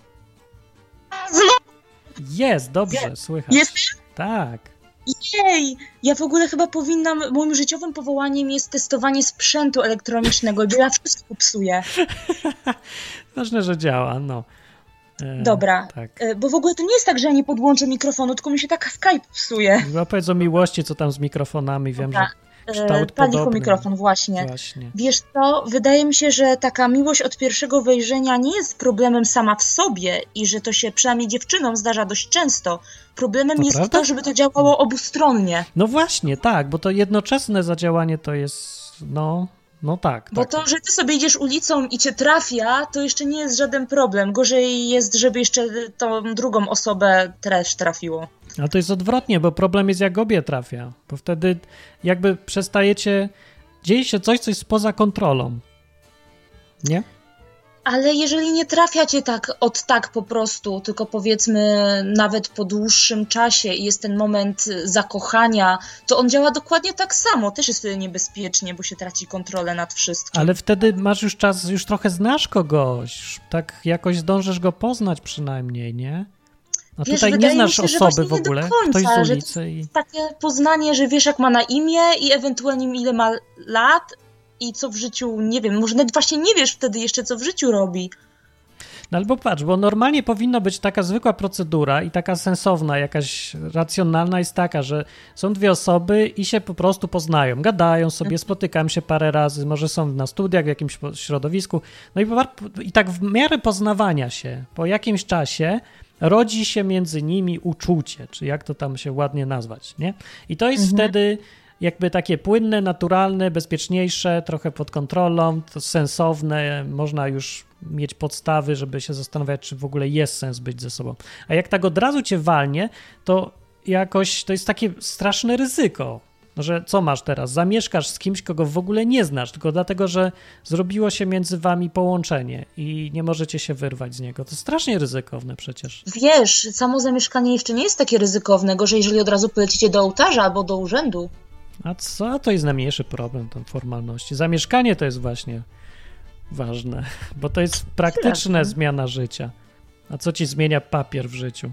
Jest, dobrze, Je, słychać. Jest? Tak. Jej! Ja w ogóle chyba powinnam, moim życiowym powołaniem jest testowanie sprzętu elektronicznego, bo ja wszystko psuję. Ważne, że działa, no. E, Dobra, tak. e, bo w ogóle to nie jest tak, że ja nie podłączę mikrofonu, tylko mi się tak Skype psuje. Opowiedz o miłości, co tam z mikrofonami, wiem, Dobra. że kształt Palicho podobny. mikrofon, właśnie. właśnie. Wiesz co, wydaje mi się, że taka miłość od pierwszego wejrzenia nie jest problemem sama w sobie i że to się przynajmniej dziewczynom zdarza dość często. Problemem to jest prawda? to, żeby to działało obustronnie. No właśnie, tak, bo to jednoczesne zadziałanie to jest, no... No tak, Bo tak. to, że ty sobie idziesz ulicą i cię trafia, to jeszcze nie jest żaden problem. Gorzej jest, żeby jeszcze tą drugą osobę też trafiło. Ale to jest odwrotnie, bo problem jest, jak obie trafia. Bo wtedy jakby przestajecie... Dzieje się coś, co jest poza kontrolą. Nie? Ale jeżeli nie trafia cię tak od tak po prostu, tylko powiedzmy nawet po dłuższym czasie i jest ten moment zakochania, to on działa dokładnie tak samo. Też jest wtedy niebezpiecznie, bo się traci kontrolę nad wszystkim. Ale wtedy masz już czas, już trochę znasz kogoś, już tak jakoś zdążysz go poznać przynajmniej, nie? A wiesz, tutaj nie znasz mi się, osoby w ogóle, końca, ktoś z ulicy. I... Takie poznanie, że wiesz jak ma na imię i ewentualnie ile ma lat, i co w życiu, nie wiem, może nawet właśnie nie wiesz wtedy jeszcze, co w życiu robi. No albo patrz, bo normalnie powinna być taka zwykła procedura i taka sensowna, jakaś racjonalna jest taka, że są dwie osoby i się po prostu poznają, gadają sobie, spotykają się parę razy, może są na studiach, w jakimś środowisku, no i, i tak w miarę poznawania się po jakimś czasie rodzi się między nimi uczucie, czy jak to tam się ładnie nazwać, nie? I to jest mhm. wtedy... jakby takie płynne, naturalne, bezpieczniejsze, trochę pod kontrolą, to sensowne, można już mieć podstawy, żeby się zastanawiać, czy w ogóle jest sens być ze sobą. A jak tak od razu cię walnie, to jakoś to jest takie straszne ryzyko, że co masz teraz? Zamieszkasz z kimś, kogo w ogóle nie znasz, tylko dlatego, że zrobiło się między wami połączenie i nie możecie się wyrwać z niego. To strasznie ryzykowne przecież. Wiesz, samo zamieszkanie jeszcze nie jest takie ryzykowne, gorzej jeżeli od razu polecicie do ołtarza albo do urzędu. A co? To jest najmniejszy problem, tam formalności. Zamieszkanie to jest właśnie ważne, bo to jest praktyczna Jasne. zmiana życia. A co ci zmienia papier w życiu?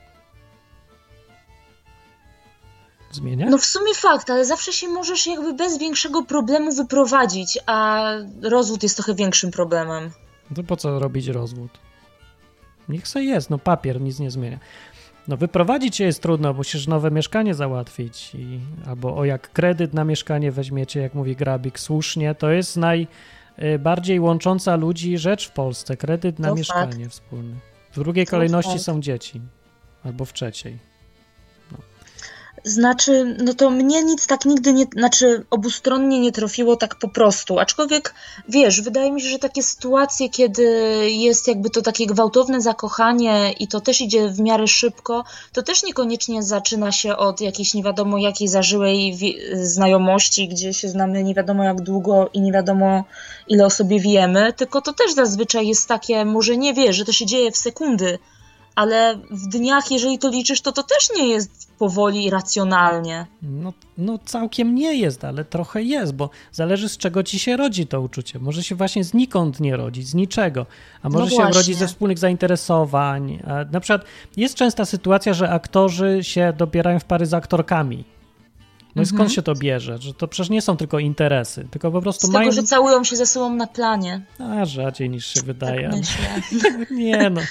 Zmienia? No w sumie fakt, ale zawsze się możesz jakby bez większego problemu wyprowadzić, a rozwód jest trochę większym problemem. To po co robić rozwód? Niech se jest, no papier nic nie zmienia. No wyprowadzić się jest trudno, musisz nowe mieszkanie załatwić i, albo o jak kredyt na mieszkanie weźmiecie, jak mówi Grabik, słusznie, to jest najbardziej łącząca ludzi rzecz w Polsce, kredyt na to mieszkanie fakt. wspólny. W drugiej to kolejności fakt. są dzieci, albo w trzeciej. No. Znaczy, no to mnie nic tak nigdy nie, znaczy obustronnie nie trafiło tak po prostu, aczkolwiek wiesz, wydaje mi się, że takie sytuacje, kiedy jest jakby to takie gwałtowne zakochanie i to też idzie w miarę szybko, to też niekoniecznie zaczyna się od jakiejś nie wiadomo jakiej zażyłej wi- znajomości, gdzie się znamy nie wiadomo jak długo i nie wiadomo ile o sobie wiemy, tylko to też zazwyczaj jest takie, może nie wiesz, że to się dzieje w sekundy, ale w dniach, jeżeli to liczysz, to to też nie jest powoli i racjonalnie. No, no całkiem nie jest, ale trochę jest, bo zależy z czego ci się rodzi to uczucie. Może się właśnie znikąd nie rodzić, z niczego, a może No się właśnie. rodzić ze wspólnych zainteresowań. A na przykład jest częsta sytuacja, że aktorzy się dobierają w pary z aktorkami. No i skąd Mhm. się to bierze? Że to przecież nie są tylko interesy, tylko po prostu Z mają... tego, że całują się ze sobą na planie. A, rzadziej niż się wydaje. Tak myślę. Nie no.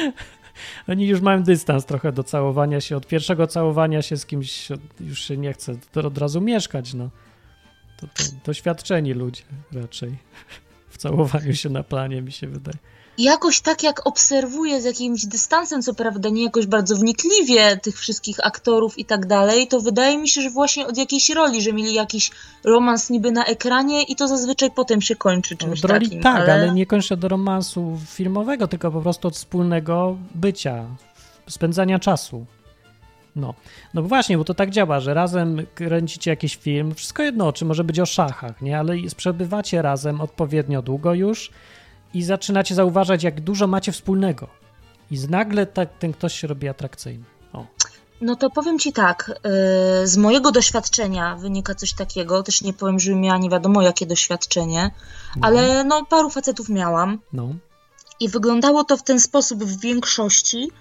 Oni już mają dystans trochę do całowania się. Od pierwszego całowania się z kimś już się nie chce to od razu mieszkać, no. To, to doświadczeni ludzie raczej w całowaniu się na planie, mi się wydaje. Jakoś tak jak obserwuję z jakimś dystansem, co prawda nie jakoś bardzo wnikliwie tych wszystkich aktorów i tak dalej, to wydaje mi się, że właśnie od jakiejś roli, że mieli jakiś romans niby na ekranie i to zazwyczaj potem się kończy czymś Od roli takim. tak, ale... ale niekoniecznie do romansu filmowego, tylko po prostu od wspólnego bycia, spędzania czasu. No. No właśnie, bo to tak działa, że razem kręcicie jakiś film, wszystko jedno, czy może być o szachach, nie? Ale przebywacie razem odpowiednio długo już i zaczynacie zauważać, jak dużo macie wspólnego. I nagle tak, ten ktoś się robi atrakcyjny. O. No to powiem ci tak, yy, z mojego doświadczenia wynika coś takiego, też nie powiem, że miała nie wiadomo jakie doświadczenie, No. ale no paru facetów miałam No. i wyglądało to w ten sposób w większości,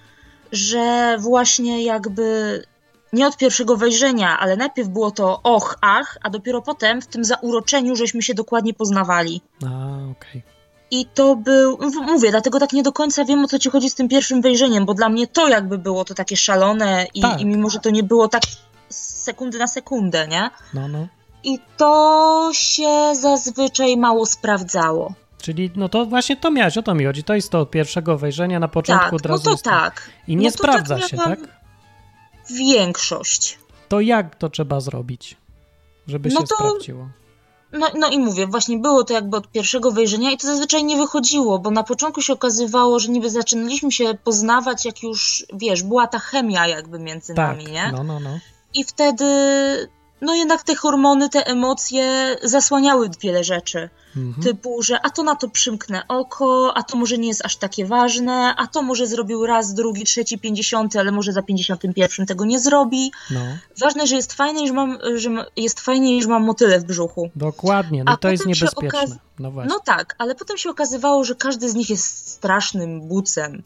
że właśnie jakby nie od pierwszego wejrzenia, ale najpierw było to och, ach, a dopiero potem w tym zauroczeniu żeśmy się dokładnie poznawali. A, okej. I to był, mówię, dlatego tak nie do końca wiem, o co ci chodzi z tym pierwszym wejrzeniem, bo dla mnie to jakby było to takie szalone i, Tak. i mimo, że to nie było tak z sekundy na sekundę, nie? No, no. I to się zazwyczaj mało sprawdzało. Czyli no to właśnie to miałeś, o to mi chodzi. To jest to od pierwszego wejrzenia na początku Tak, od no razu to jest to. tak. I nie No to sprawdza tak się, miałam tak? Większość. To jak to trzeba zrobić, żeby No się to- sprawdziło? No, no i mówię, właśnie było to jakby od pierwszego wejrzenia i to zazwyczaj nie wychodziło, bo na początku się okazywało, że niby zaczynaliśmy się poznawać, jak już, wiesz, była ta chemia jakby między Tak, nami, nie? no, no, no. I wtedy, no jednak te hormony, te emocje zasłaniały wiele rzeczy. Mhm. Typu, że a to na to przymknę oko, a to może nie jest aż takie ważne, a to może zrobił raz, drugi, trzeci, pięćdziesiąty, ale może za pięćdziesiątym pierwszym tego nie zrobi. No, Ważne, że jest fajnie, że mam, że m- jest fajnie, że mam motyle w brzuchu. dokładnie, no A to jest potem się niebezpieczne. okaz- No właśnie. No tak, ale potem się okazywało, że każdy z nich jest strasznym bucem.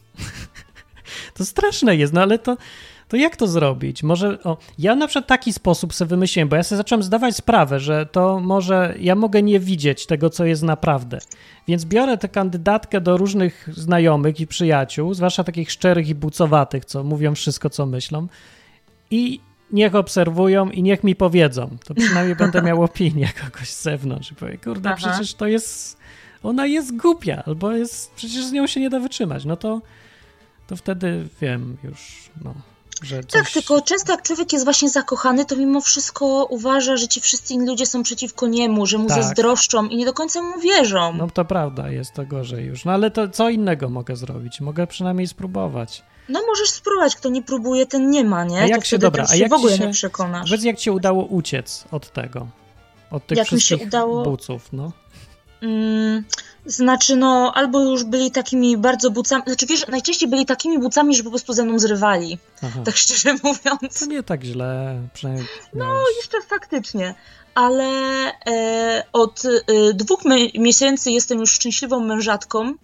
To straszne jest, no ale to, to jak to zrobić? Może, o, ja na przykład taki sposób sobie wymyśliłem, bo ja sobie zacząłem zdawać sprawę, że to może, ja mogę nie widzieć tego, co jest naprawdę. Więc biorę tę kandydatkę do różnych znajomych i przyjaciół, zwłaszcza takich szczerych i bucowatych, co mówią wszystko, co myślą i niech obserwują i niech mi powiedzą. To przynajmniej będę miał opinię kogoś z zewnątrz i powiem, kurde, Aha. przecież to jest, ona jest głupia, albo jest, przecież z nią się nie da wytrzymać. No to, to wtedy wiem już, no, że coś... Tak, tylko często jak człowiek jest właśnie zakochany, to mimo wszystko uważa, że ci wszyscy inni ludzie są przeciwko niemu, że mu Tak. zazdroszczą i nie do końca mu wierzą. No to prawda, jest to gorzej już. No ale to co innego mogę zrobić? Mogę przynajmniej spróbować. No możesz spróbować, kto nie próbuje, ten nie ma, nie? A jak to się, wtedy dobra, też a się jak w ogóle ci się, nie przekonasz. Powiedz, jak ci udało uciec od tego? Od tych Jak mi się wszystkich udało? buców, no. Mm, znaczy, no, albo już byli takimi bardzo bucami, znaczy wiesz, najczęściej byli takimi bucami, że po prostu ze mną zrywali, Aha. tak szczerze mówiąc. To nie tak źle, przynajmniej No, miałeś... jeszcze faktycznie, ale e, od e, dwóch me- miesięcy jestem już szczęśliwą mężatką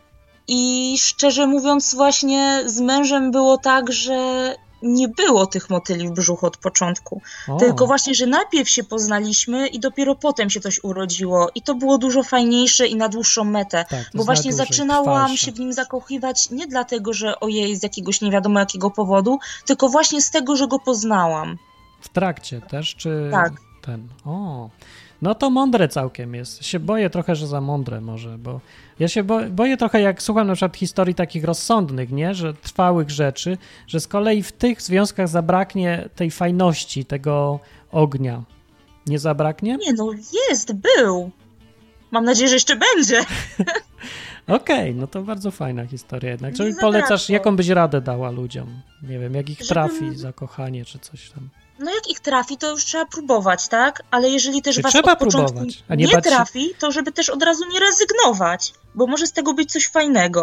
i szczerze mówiąc właśnie z mężem było tak, że nie było tych motyli w brzuchu od początku. O, Tylko właśnie, że najpierw się poznaliśmy i dopiero potem się coś urodziło. I to było dużo fajniejsze i na dłuższą metę. tak, to Bo jest właśnie na dłużej, zaczynałam trwalsze. się w nim zakochiwać nie dlatego, że ojej, z jakiegoś nie wiadomo jakiego powodu, tylko właśnie z tego, że go poznałam. W trakcie też, czy Tak. ten? O, no to mądre całkiem jest. Się boję trochę, że za mądre może, bo ja się bo, boję trochę, jak słucham na przykład historii takich rozsądnych, nie, że trwałych rzeczy, że z kolei w tych związkach zabraknie tej fajności, tego ognia. Nie zabraknie? Nie no, jest, był. Mam nadzieję, że jeszcze będzie. Okej, no to bardzo fajna historia jednak. Nie Czyli zabrakło. polecasz, jaką byś radę dała ludziom? Nie wiem, jak ich Żebym- trafi zakochanie, czy coś tam. No jak ich trafi, to już trzeba próbować, tak? Ale jeżeli też Czy was trzeba od początku próbować, a nie nie bać się- trafi, to żeby też od razu nie rezygnować, bo może z tego być coś fajnego.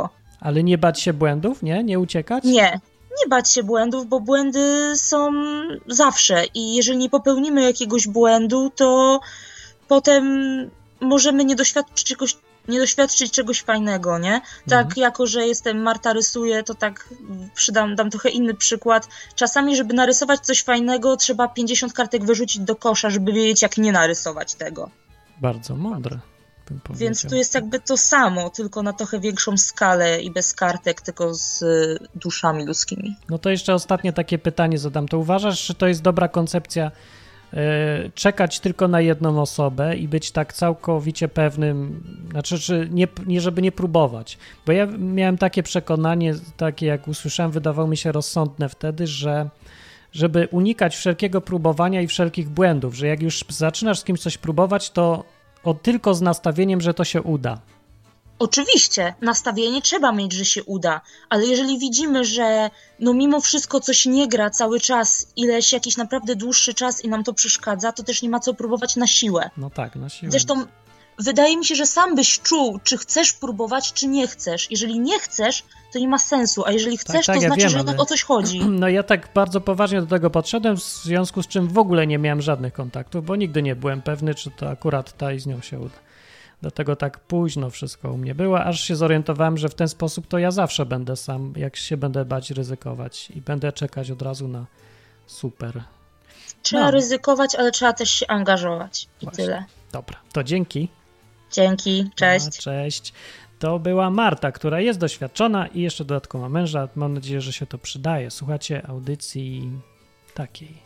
Ale nie bać się błędów, nie? Nie uciekać? Nie, nie bać się błędów, bo błędy są zawsze i jeżeli nie popełnimy jakiegoś błędu, to potem możemy nie doświadczyć czegoś, nie doświadczyć czegoś fajnego, nie? Tak, mhm. Jako że jestem Marta rysuje, to tak przydam, dam trochę inny przykład. Czasami, żeby narysować coś fajnego, trzeba pięćdziesiąt kartek wyrzucić do kosza, żeby wiedzieć, jak nie narysować tego. Bardzo mądre. Więc tu jest jakby to samo, tylko na trochę większą skalę i bez kartek, tylko z duszami ludzkimi. No to jeszcze ostatnie takie pytanie zadam. To uważasz, że to jest dobra koncepcja yy, czekać tylko na jedną osobę i być tak całkowicie pewnym, znaczy, że nie, nie, żeby nie próbować? Bo ja miałem takie przekonanie, takie jak usłyszałem, wydawało mi się rozsądne wtedy, że żeby unikać wszelkiego próbowania i wszelkich błędów, że jak już zaczynasz z kimś coś próbować, to o, tylko z nastawieniem, że to się uda. Oczywiście, nastawienie trzeba mieć, że się uda, ale jeżeli widzimy, że no mimo wszystko coś nie gra cały czas, ileś jakiś naprawdę dłuższy czas i nam to przeszkadza, to też nie ma co próbować na siłę. No tak, na siłę. Zresztą wydaje mi się, że sam byś czuł, czy chcesz próbować, czy nie chcesz. Jeżeli nie chcesz, to nie ma sensu, a jeżeli chcesz, tak, tak, to ja znaczy, wiem, że ale... o coś chodzi. No ja tak bardzo poważnie do tego podszedłem, w związku z czym w ogóle nie miałem żadnych kontaktów, bo nigdy nie byłem pewny, czy to akurat ta i z nią się uda. Dlatego tak późno wszystko u mnie było, aż się zorientowałem, że w ten sposób to ja zawsze będę sam, jak się będę bać ryzykować i będę czekać od razu na super. Trzeba no. ryzykować, ale trzeba też się angażować i Właśnie. Tyle. Dobra, to dzięki. Dzięki, cześć. No, cześć. To była Marta, która jest doświadczona i jeszcze dodatkowo ma męża. Mam nadzieję, że się to przydaje. Słuchajcie audycji takiej.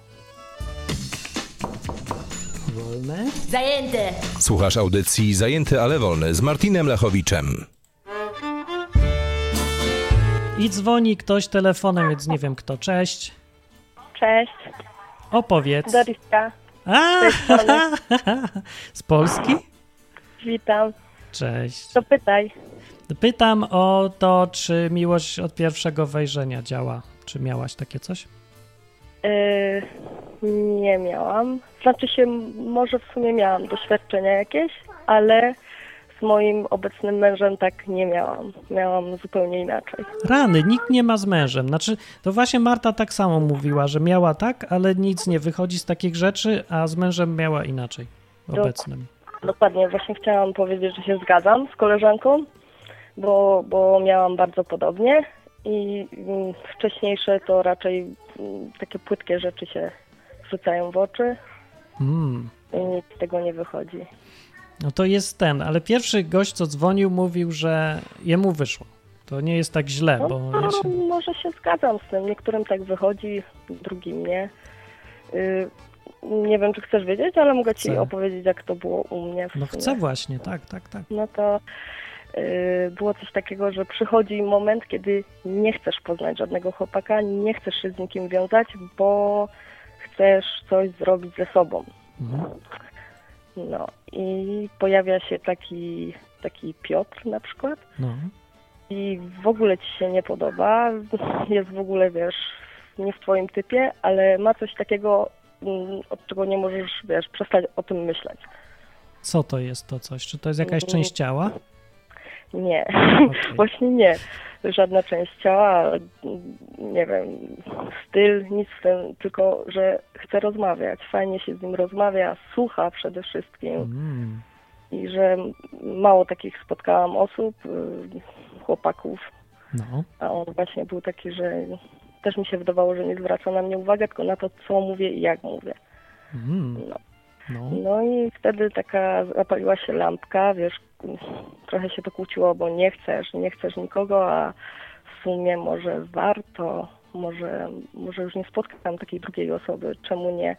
Wolne? Zajęte! Słuchasz audycji Zajęty, ale wolny z Martinem Lechowiczem. I dzwoni ktoś telefonem, więc nie wiem kto. Cześć. Cześć. Opowiedz. Doriska. A, z Polski? Witam. Cześć. To pytaj. Pytam o to, czy miłość od pierwszego wejrzenia działa. Czy miałaś takie coś? Yy, nie miałam. Znaczy się, może w sumie miałam doświadczenia jakieś, ale z moim obecnym mężem tak nie miałam. Miałam zupełnie inaczej. Rany, nikt nie ma z mężem. Znaczy, to właśnie Marta tak samo mówiła, że miała tak, ale nic nie wychodzi z takich rzeczy, a z mężem miała inaczej. Obecnym. Dokładnie, właśnie chciałam powiedzieć, że się zgadzam z koleżanką, bo, bo miałam bardzo podobnie i wcześniejsze to raczej takie płytkie rzeczy się rzucają w oczy mm. i nic z tego nie wychodzi. No to jest ten, ale pierwszy gość, co dzwonił, mówił, że jemu wyszło. To nie jest tak źle, no, bo... No, ja się... Może się zgadzam z tym. Niektórym tak wychodzi, drugim nie. Yy, nie wiem, czy chcesz wiedzieć, ale mogę ci chcę. opowiedzieć, jak to było u mnie. W no sumie. Chcę właśnie, tak, tak, tak. No to yy, było coś takiego, że przychodzi moment, kiedy nie chcesz poznać żadnego chłopaka, nie chcesz się z nikim wiązać, bo chcesz coś zrobić ze sobą. Mhm. No i pojawia się taki, taki Piotr na przykład no. i w ogóle ci się nie podoba, jest w ogóle, wiesz, nie w twoim typie, ale ma coś takiego, od czego nie możesz, wiesz, przestać o tym myśleć. Co to jest to coś? Czy to jest jakaś część ciała? Nie, okay. Właśnie nie. Żadna część ciała, nie wiem, styl, nic w tym, tylko że chce rozmawiać, fajnie się z nim rozmawia, słucha przede wszystkim mm. i że mało takich spotkałam osób, chłopaków, no. A on właśnie był taki, że też mi się wydawało, że nie zwraca na mnie uwagi, tylko na to, co mówię i jak mówię. Mm. No. No. no i wtedy taka zapaliła się lampka, wiesz, trochę się to kłóciło, bo nie chcesz, nie chcesz nikogo, a w sumie może warto, może, może już nie spotkam takiej drugiej osoby, czemu nie?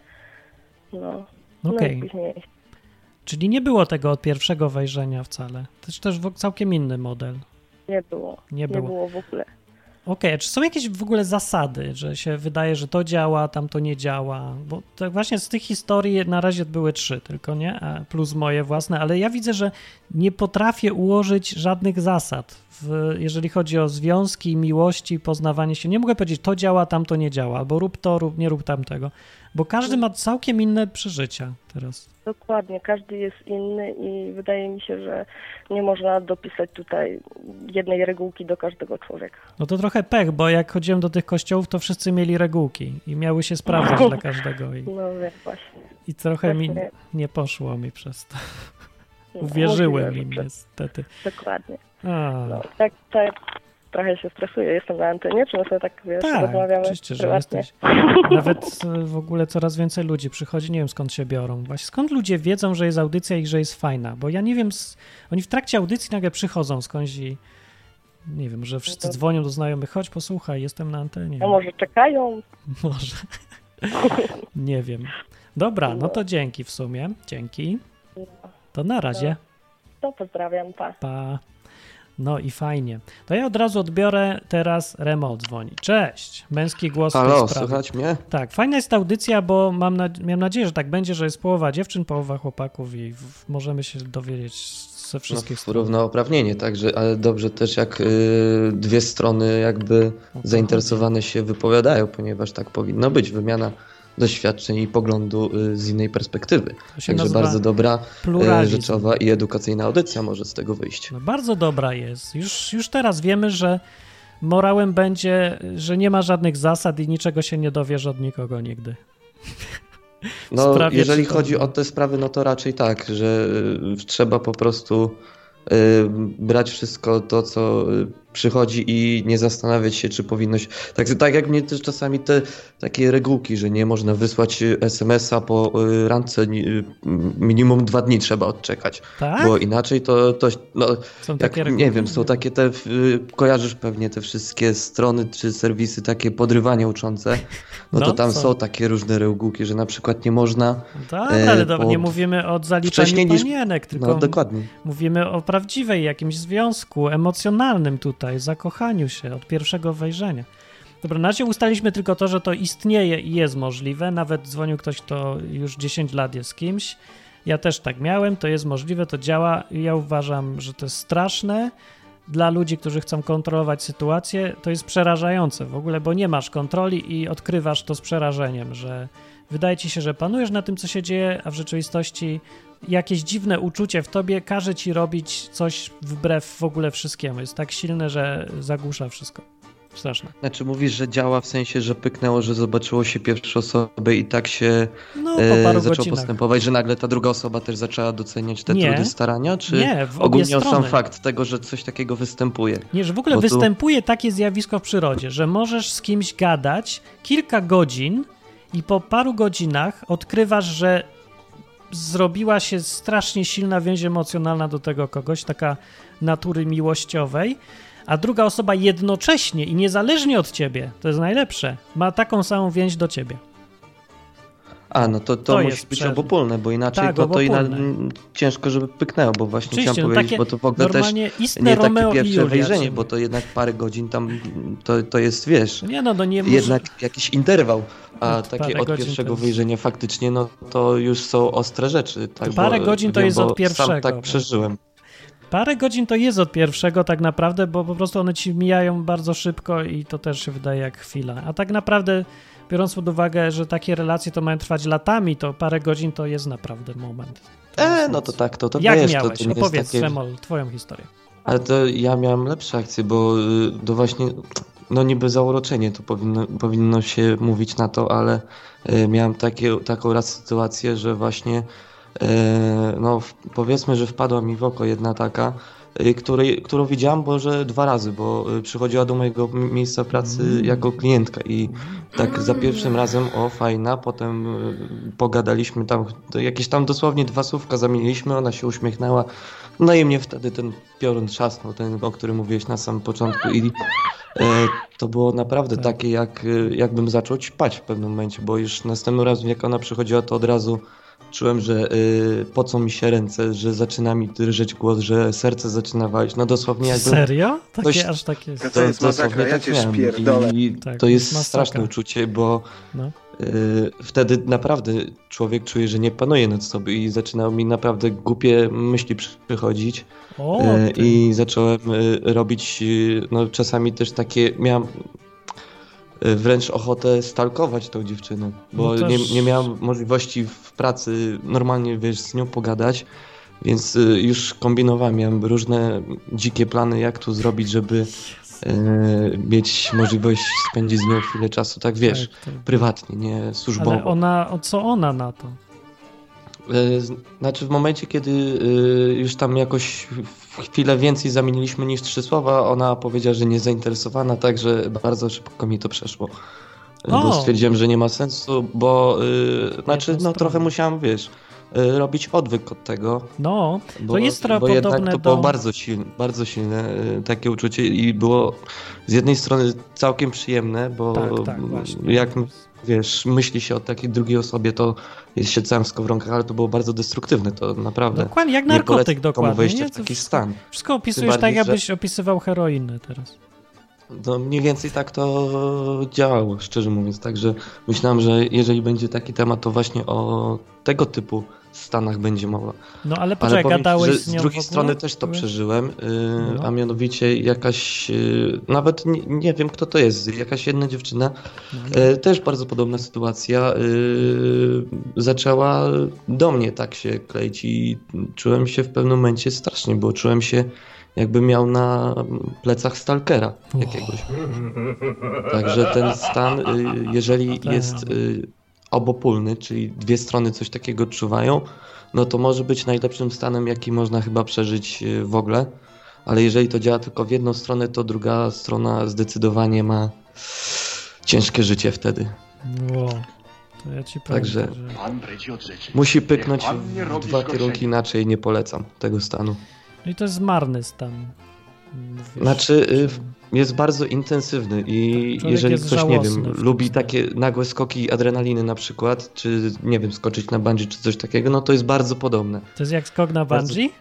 No, okay. no i później. Czyli nie było tego od pierwszego wejrzenia wcale. To jest też całkiem inny model. Nie było, nie było, nie było w ogóle. Okej, okay. Czy są jakieś w ogóle zasady, że się wydaje, że to działa, tam to nie działa? Bo tak właśnie z tych historii na razie były trzy tylko, nie? Plus moje własne, ale ja widzę, że nie potrafię ułożyć żadnych zasad, w, jeżeli chodzi o związki, miłości, poznawanie się. Nie mogę powiedzieć, to działa, tam to nie działa, albo rób to, rób, nie rób tamtego. bo każdy ma całkiem inne przeżycia teraz. Dokładnie, każdy jest inny i wydaje mi się, że nie można dopisać tutaj jednej regułki do każdego człowieka. No to trochę pech, bo jak chodziłem do tych kościołów, to wszyscy mieli regułki i miały się sprawdzać dla każdego. I, no wiem, właśnie. I trochę właśnie. mi nie poszło mi przez to. Uwierzyłem im niestety. Dokładnie. A. No, tak, tak. Trochę się stresuję, jestem na antenie, czy my sobie tak, wiesz, tak, rozmawiamy oczywiście, że prywatnie. jesteś. Nawet w ogóle coraz więcej ludzi przychodzi, nie wiem skąd się biorą. Właśnie skąd ludzie wiedzą, że jest audycja i że jest fajna, bo ja nie wiem, oni w trakcie audycji nagle przychodzą skądś i nie wiem, że wszyscy dzwonią do znajomych, chodź posłuchaj, jestem na antenie. A może czekają? Może. Nie wiem. Dobra, no to dzięki w sumie, dzięki. To na razie. To pozdrawiam, pa. Pa. No i fajnie. To ja od razu odbiorę teraz Remo dzwoni. Cześć, męski głos. Halo, słychać mnie? Tak, fajna jest ta audycja, bo mam, na, miałem nadzieję, że tak będzie, że jest połowa dziewczyn, połowa chłopaków i w, możemy się dowiedzieć ze wszystkich no, stron. Równouprawnienie, także, ale dobrze też jak y, dwie strony jakby zainteresowane się wypowiadają, ponieważ tak powinno być, wymiana doświadczeń i poglądu y, z innej perspektywy. Także bardzo dobra, y, rzeczowa i edukacyjna audycja może z tego wyjść. No, bardzo dobra jest. Już, już teraz wiemy, że morałem będzie, że nie ma żadnych zasad i niczego się nie dowiesz od nikogo nigdy. No, sprawie, jeżeli chodzi to... o te sprawy, no to raczej tak, że y, trzeba po prostu y, brać wszystko to, co y, przychodzi i nie zastanawiać się, czy powinnoś... Tak, tak jak mnie też czasami te takie regułki, że nie można wysłać es em es a po y, randce, y, minimum dwa dni trzeba odczekać. Tak? Bo inaczej to... to no, są jak, takie regułki? Nie wiem, są takie te... Y, kojarzysz pewnie te wszystkie strony czy serwisy takie podrywanie uczące. No, no to tam są. są takie różne regułki, że na przykład nie można... Tak, ale dobra, nie mówimy o zaliczaniu panienek, tylko no, dokładnie. Mówimy o prawdziwej jakimś związku emocjonalnym tutaj, zakochaniu się od pierwszego wejrzenia. Dobra, na razie ustaliliśmy tylko to, że to istnieje i jest możliwe. Nawet dzwonił ktoś, kto już dziesięć lat jest z kimś. Ja też tak miałem, to jest możliwe, to działa. Ja uważam, że to jest straszne. Dla ludzi, którzy chcą kontrolować sytuację, to jest przerażające w ogóle, bo nie masz kontroli i odkrywasz to z przerażeniem, że wydaje ci się, że panujesz na tym, co się dzieje, a w rzeczywistości jakieś dziwne uczucie w tobie każe ci robić coś wbrew w ogóle wszystkiemu. Jest tak silne, że zagłusza wszystko. Straszne. Znaczy mówisz, że działa w sensie, że pyknęło, że zobaczyło się pierwsze osoby i tak się no, po paru e, zaczął godzinach. postępować, że nagle ta druga osoba też zaczęła doceniać te nie, trudy, starania? Czy nie, w ogólnie obie sam fakt tego, że coś takiego występuje? Nie, że w ogóle Bo występuje tu... takie zjawisko w przyrodzie, że możesz z kimś gadać kilka godzin i po paru godzinach odkrywasz, że zrobiła się strasznie silna więź emocjonalna do tego kogoś, taka natury miłościowej, a druga osoba jednocześnie i niezależnie od ciebie, to jest najlepsze, ma taką samą więź do ciebie. A, no to, to, to musi być przed... obopólne, bo inaczej tak, to, to ina... ciężko, żeby pyknęło, bo właśnie Oczywiście, chciałem no powiedzieć, bo to w ogóle też nie Romeo takie pierwsze wejrzenie, Julia, bo to jednak parę godzin tam, to, to jest, wiesz, nie no, no nie jednak może... jakiś interwał, a od takie od pierwszego jest... wejrzenia faktycznie, no to już są ostre rzeczy. Tak, parę bo, godzin to wiem, jest od pierwszego. Sam tak przeżyłem. Parę godzin to jest od pierwszego tak naprawdę, bo po prostu one ci mijają bardzo szybko i to też się wydaje jak chwila. A tak naprawdę, biorąc pod uwagę, że takie relacje to mają trwać latami, to parę godzin to jest naprawdę moment. To e, jest no to tak, to, to jak wiesz, miałeś? To, to nie Opowiedz, jest takie... Szemol, twoją historię. Ale to ja miałem lepsze akcje, bo to właśnie, no niby zauroczenie to powinno, powinno się mówić na to, ale miałem takie, taką raz sytuację, że właśnie no powiedzmy, że wpadła mi w oko jedna taka, której, którą widziałam może dwa razy, bo przychodziła do mojego miejsca pracy mm. jako klientka i tak za pierwszym razem o fajna, potem pogadaliśmy tam, jakieś tam dosłownie dwa słówka zamieniliśmy, ona się uśmiechnęła, no i mnie wtedy ten piorun trzasnął, ten, o którym mówiłeś na samym początku i e, to było naprawdę tak. takie, jak, jakbym zaczął ćpać w pewnym momencie, bo już następnym razem jak ona przychodziła, to od razu czułem, że y, pocą mi się ręce, że zaczyna mi drżeć głos, że serce zaczyna walić. No dosłownie jakby... Serio? Takie, coś, aż takie... To, to jest masakra, ja cię spierdolę. I tak, to jest masakra. straszne uczucie, bo no. y, wtedy naprawdę człowiek czuje, że nie panuje nad sobą i zaczynały mi naprawdę głupie myśli przychodzić. O, y, I zacząłem y, robić, y, no czasami też takie, miałem wręcz ochotę stalkować tą dziewczynę, bo no też... nie, nie miałem możliwości w pracy normalnie, wiesz, z nią pogadać, więc już kombinowałem, miałem różne dzikie plany, jak tu zrobić, żeby e, mieć możliwość spędzić z nią chwilę czasu, tak wiesz, tak, tak. prywatnie, nie służbowo. Ale ona, co ona na to? Znaczy w momencie, kiedy już tam jakoś chwilę więcej zamieniliśmy niż trzy słowa, ona powiedziała, że nie zainteresowana, także bardzo szybko mi to przeszło. O! Bo stwierdziłem, że nie ma sensu, bo yy, znaczy no trochę musiałem, wiesz, yy, robić odwyk od tego. No, bo, to jest trochę bo podobne jednak to do... było bardzo silne, bardzo silne yy, takie uczucie i było z jednej strony całkiem przyjemne, bo tak, tak, właśnie. jak wiesz, myśli się o takiej drugiej osobie, to jest się całym w rękach, ale to było bardzo destruktywne, to naprawdę. Dokładnie, jak narkotyk, dokładnie. Wejście nie? w taki stan. Wszystko opisujesz bardziej, tak, jakbyś że... opisywał heroinę teraz. No mniej więcej tak to działało, szczerze mówiąc, także myślałem, że jeżeli będzie taki temat, to właśnie o tego typu stanach będzie mowa. No ale poczekaj, ale gadałeś ci, z nią z drugiej strony też to przeżyłem, yy, no. a mianowicie jakaś, yy, nawet nie, nie wiem kto to jest, jakaś jedna dziewczyna, no. yy, też bardzo podobna sytuacja, yy, zaczęła do mnie tak się kleić i czułem się w pewnym momencie strasznie, bo czułem się jakby miał na plecach stalkera jakiegoś. Także ten stan, jeżeli jest obopólny, czyli dwie strony coś takiego odczuwają, no to może być najlepszym stanem, jaki można chyba przeżyć w ogóle. Ale jeżeli to działa tylko w jedną stronę, to druga strona zdecydowanie ma ciężkie życie wtedy. Wow. To ja ci powiem, Także że... musi pyknąć w dwa kierunki, inaczej nie polecam tego stanu. No i to jest marny stan. Wiesz, znaczy jest bardzo intensywny i jeżeli ktoś, nie wiem, lubi takie nagłe skoki adrenaliny na przykład, czy nie wiem, skoczyć na bungee czy coś takiego, no to jest bardzo podobne. To jest jak skok na bungee?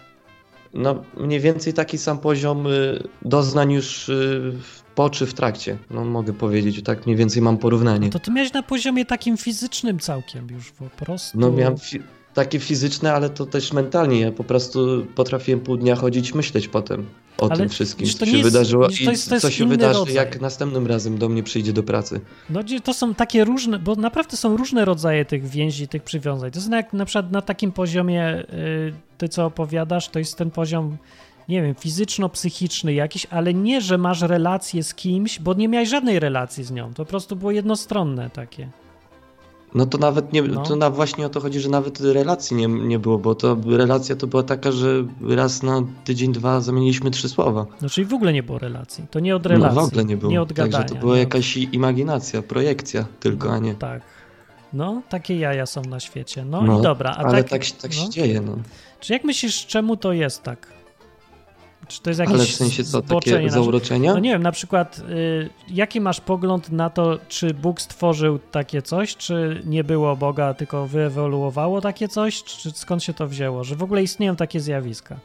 No mniej więcej taki sam poziom doznań już po czy w trakcie, no mogę powiedzieć, tak mniej więcej mam porównanie. No to ty miałeś na poziomie takim fizycznym całkiem już po prostu. No miałem fi- takie fizyczne, ale to też mentalnie, ja po prostu potrafiłem pół dnia chodzić, myśleć potem o ale tym wszystkim, co się jest, wydarzyło i to jest, to jest co się wydarzy, rodzaj. Jak następnym razem do mnie przyjdzie do pracy. No to są takie różne, bo naprawdę są różne rodzaje tych więzi, tych przywiązań. To jest jak na przykład na takim poziomie, yy, ty co opowiadasz, to jest ten poziom, nie wiem, fizyczno-psychiczny jakiś, ale nie, że masz relację z kimś, bo nie miałeś żadnej relacji z nią, to po prostu było jednostronne takie. No to nawet nie, no. to na właśnie o to chodzi, że nawet relacji nie, nie było, bo to relacja to była taka, że raz na tydzień, dwa zamieniliśmy trzy słowa. No czyli w ogóle nie było relacji, to nie od relacji, no w ogóle nie było, nie od gadania. Także to była nie jakaś od... imaginacja, projekcja tylko, no, a nie. Tak, no takie jaja są na świecie, no, no i dobra. A ale tak, tak, tak się no. dzieje, no. Czy jak myślisz, czemu to jest tak? Czy to jest jakieś Ale w sensie co, takie zauroczenia? No nie wiem, na przykład y, jaki masz pogląd na to, czy Bóg stworzył takie coś, czy nie było Boga, tylko wyewoluowało takie coś, czy skąd się to wzięło, że w ogóle istnieją takie zjawiska?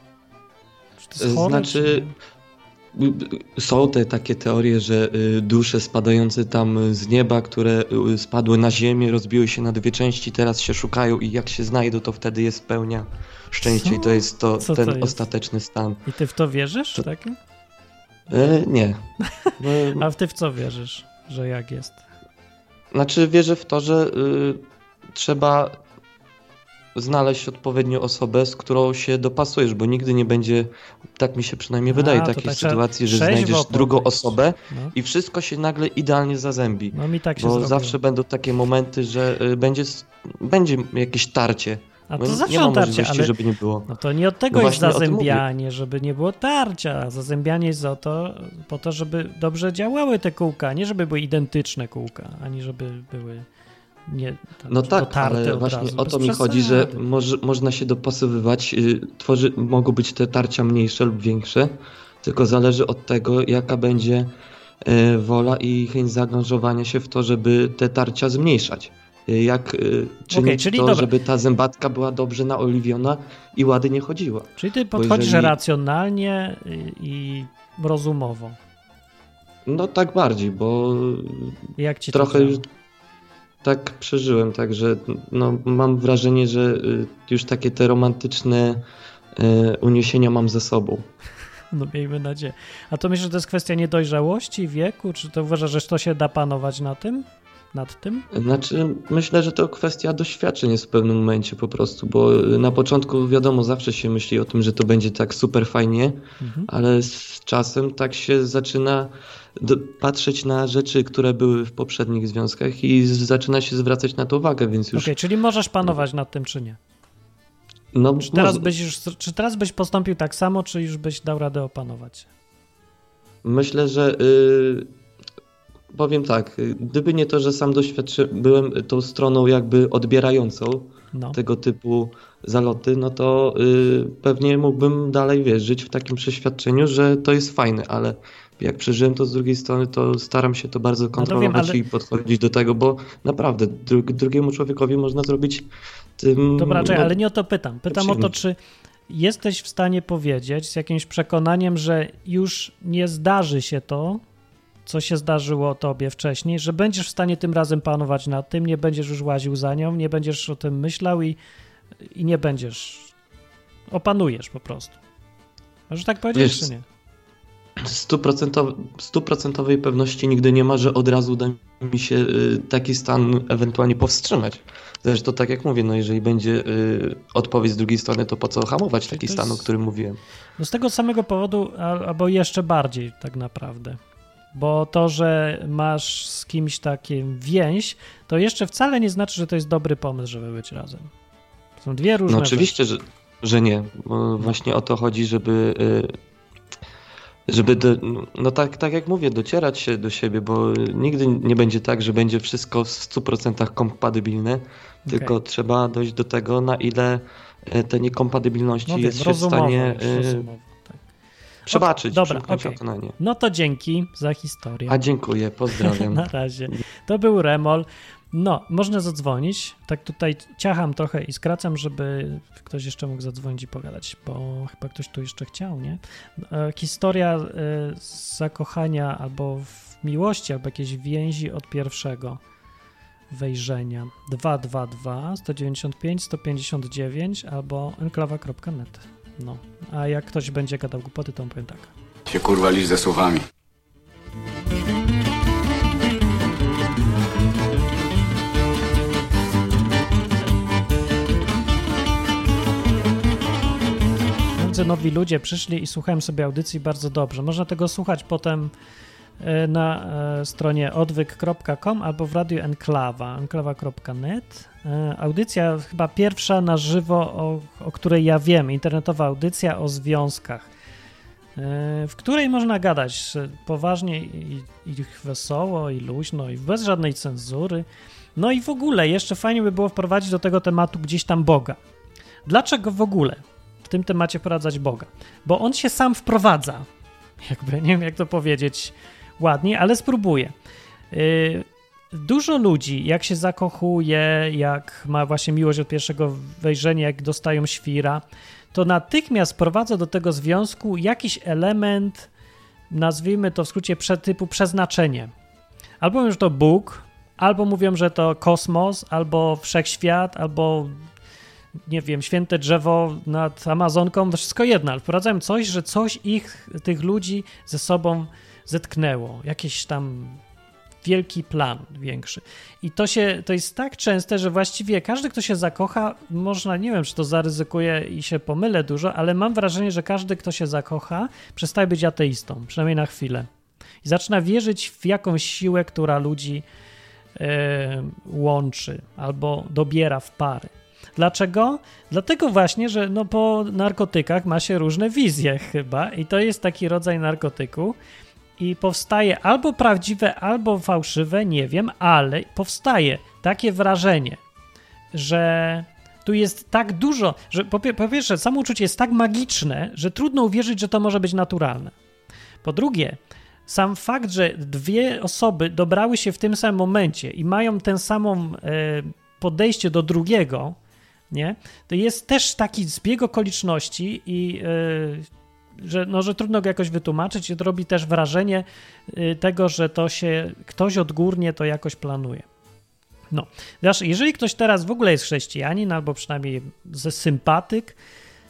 Czy to jest chore, znaczy czy... są te takie teorie, że dusze spadające tam z nieba, które spadły na ziemię, rozbiły się na dwie części, teraz się szukają i jak się znajdą, to wtedy jest pełnia szczęścia. Co? I to jest to, ten to jest? ostateczny stan. I ty w to wierzysz? To... Tak? E, nie. No... A ty w co wierzysz, że jak jest? Znaczy wierzę w to, że y, trzeba znaleźć odpowiednią osobę, z którą się dopasujesz, bo nigdy nie będzie, tak mi się przynajmniej wydaje, A, takiej tak sytuacji, że znajdziesz drugą osobę no. i wszystko się nagle idealnie zazębi. No mi tak się bo zrobiło. Zawsze będą takie momenty, że y, będzie, będzie jakieś tarcie. A to no, zawsze nie ma tarcie, ale żeby nie było. No to nie od tego no jest zazębianie, żeby nie było tarcia. Zazębianie jest o to, po to, żeby dobrze działały te kółka, nie żeby były identyczne kółka, ani żeby były nie tam, no tak, ale właśnie razu, o to mi przesady. chodzi, że moż, można się dopasowywać, yy, tworzy, mogą być te tarcia mniejsze lub większe, tylko zależy od tego, jaka będzie yy, wola i chęć zaangażowania się w to, żeby te tarcia zmniejszać. Jak y, czynić okay, czyli to, dobra. żeby ta zębatka była dobrze naoliwiona i ładnie nie chodziła. Czyli ty podchodzisz jeżeli... racjonalnie i, i rozumowo. No tak bardziej, bo Jak ci trochę już tak przeżyłem, także no, mam wrażenie, że już takie te romantyczne y, uniesienia mam ze sobą. No miejmy nadzieję. A to myślisz, że to jest kwestia niedojrzałości, wieku? Czy to uważasz, że to się da panować na tym? Nad tym? Znaczy, myślę, że to kwestia doświadczeń jest w pewnym momencie po prostu, bo na początku wiadomo, zawsze się myśli o tym, że to będzie tak super fajnie, mhm. ale z czasem tak się zaczyna do, patrzeć na rzeczy, które były w poprzednich związkach i z, zaczyna się zwracać na to uwagę, więc już... Okej, okay, czyli możesz panować nad tym, czy nie? No, czy, teraz byś już, czy teraz byś postąpił tak samo, czy już byś dał radę opanować? Myślę, że... Yy... Powiem tak, gdyby nie to, że sam doświadczyłem, byłem tą stroną jakby odbierającą no. tego typu zaloty, no to yy, pewnie mógłbym dalej, wiesz, żyć w takim przeświadczeniu, że to jest fajne, ale jak przeżyłem to z drugiej strony, to staram się to bardzo kontrolować no to wiem, ale... i podchodzić do tego, bo naprawdę dru- drugiemu człowiekowi można zrobić tym... Dobra, czekaj, no, ale nie o to pytam. Pytam o to, czy jesteś w stanie powiedzieć z jakimś przekonaniem, że już nie zdarzy się to, co się zdarzyło tobie wcześniej, że będziesz w stanie tym razem panować nad tym, nie będziesz już łaził za nią, nie będziesz o tym myślał i, i nie będziesz, opanujesz po prostu. Możesz tak powiedzieć, Wiesz, czy nie? Stuprocentowej pewności nigdy nie ma, że od razu uda mi się y, taki stan ewentualnie powstrzymać. Zresztą tak jak mówię, no jeżeli będzie y, odpowiedź z drugiej strony, to po co hamować taki jest... stan, o którym mówiłem? No z tego samego powodu, albo jeszcze bardziej tak naprawdę. Bo to, że masz z kimś takim więź, to jeszcze wcale nie znaczy, że to jest dobry pomysł, żeby być razem. To są dwie różne No oczywiście, rzeczy. że, że nie. Bo właśnie o to chodzi, żeby, żeby do, no tak, tak jak mówię, docierać się do siebie, bo nigdy nie będzie tak, że będzie wszystko w stu procentach kompatybilne, tylko okay. trzeba dojść do tego, na ile te niekompatybilności no wiem, jest się w stanie... Przebaczyć. Dobra, okay. No to dzięki za historię. A dziękuję, pozdrawiam. Na razie. To był Remol. No, można zadzwonić. Tak tutaj ciacham trochę i skracam, żeby ktoś jeszcze mógł zadzwonić i pogadać, bo chyba ktoś tu jeszcze chciał, nie? Historia z zakochania albo w miłości, albo jakieś więzi od pierwszego wejrzenia. dwa dwa dwa, sto dziewięćdziesiąt pięć, sto pięćdziesiąt dziewięć albo enklawa kropka net. No, a jak ktoś będzie gadał głupoty, to on powiem tak. Się kurwa lisz ze słowami. Między nowi ludzie przyszli i słuchałem sobie audycji bardzo dobrze. Można tego słuchać potem na stronie odwyk kropka com albo w radiu Enklawa, enklawa kropka net. Audycja chyba pierwsza na żywo, o, o której ja wiem, internetowa audycja o związkach, w której można gadać poważnie i, i wesoło, i luźno, i bez żadnej cenzury. No i w ogóle jeszcze fajnie by było wprowadzić do tego tematu gdzieś tam Boga. Dlaczego w ogóle w tym temacie wprowadzać Boga? Bo on się sam wprowadza. Jakby, nie wiem jak to powiedzieć ładnie, ale spróbuję. Yy, dużo ludzi, jak się zakochuje, jak ma właśnie miłość od pierwszego wejrzenia, jak dostają świra, to natychmiast prowadza do tego związku jakiś element, nazwijmy to w skrócie typu przeznaczenie. Albo mówią, że to Bóg, albo mówią, że to kosmos, albo wszechświat, albo nie wiem, święte drzewo nad Amazonką, to wszystko jedno, ale wprowadzają coś, że coś ich, tych ludzi ze sobą zetknęło, jakiś tam wielki plan większy. I to się, to jest tak częste, że właściwie każdy, kto się zakocha, można, nie wiem, czy to zaryzykuje i się pomylę dużo, ale mam wrażenie, że każdy, kto się zakocha, przestaje być ateistą, przynajmniej na chwilę. I zaczyna wierzyć w jakąś siłę, która ludzi yy, łączy albo dobiera w pary. Dlaczego? Dlatego właśnie, że no po narkotykach ma się różne wizje chyba i to jest taki rodzaj narkotyku i powstaje albo prawdziwe, albo fałszywe, nie wiem, ale powstaje takie wrażenie, że tu jest tak dużo, że po, po pierwsze samo uczucie jest tak magiczne, że trudno uwierzyć, że to może być naturalne. Po drugie, sam fakt, że dwie osoby dobrały się w tym samym momencie i mają tę samą e, podejście do drugiego, nie? To jest też taki zbieg okoliczności i yy, że, no, że trudno go jakoś wytłumaczyć i to robi też wrażenie yy, tego, że to się ktoś odgórnie to jakoś planuje. No, jeżeli ktoś teraz w ogóle jest chrześcijanin albo przynajmniej ze sympatyk,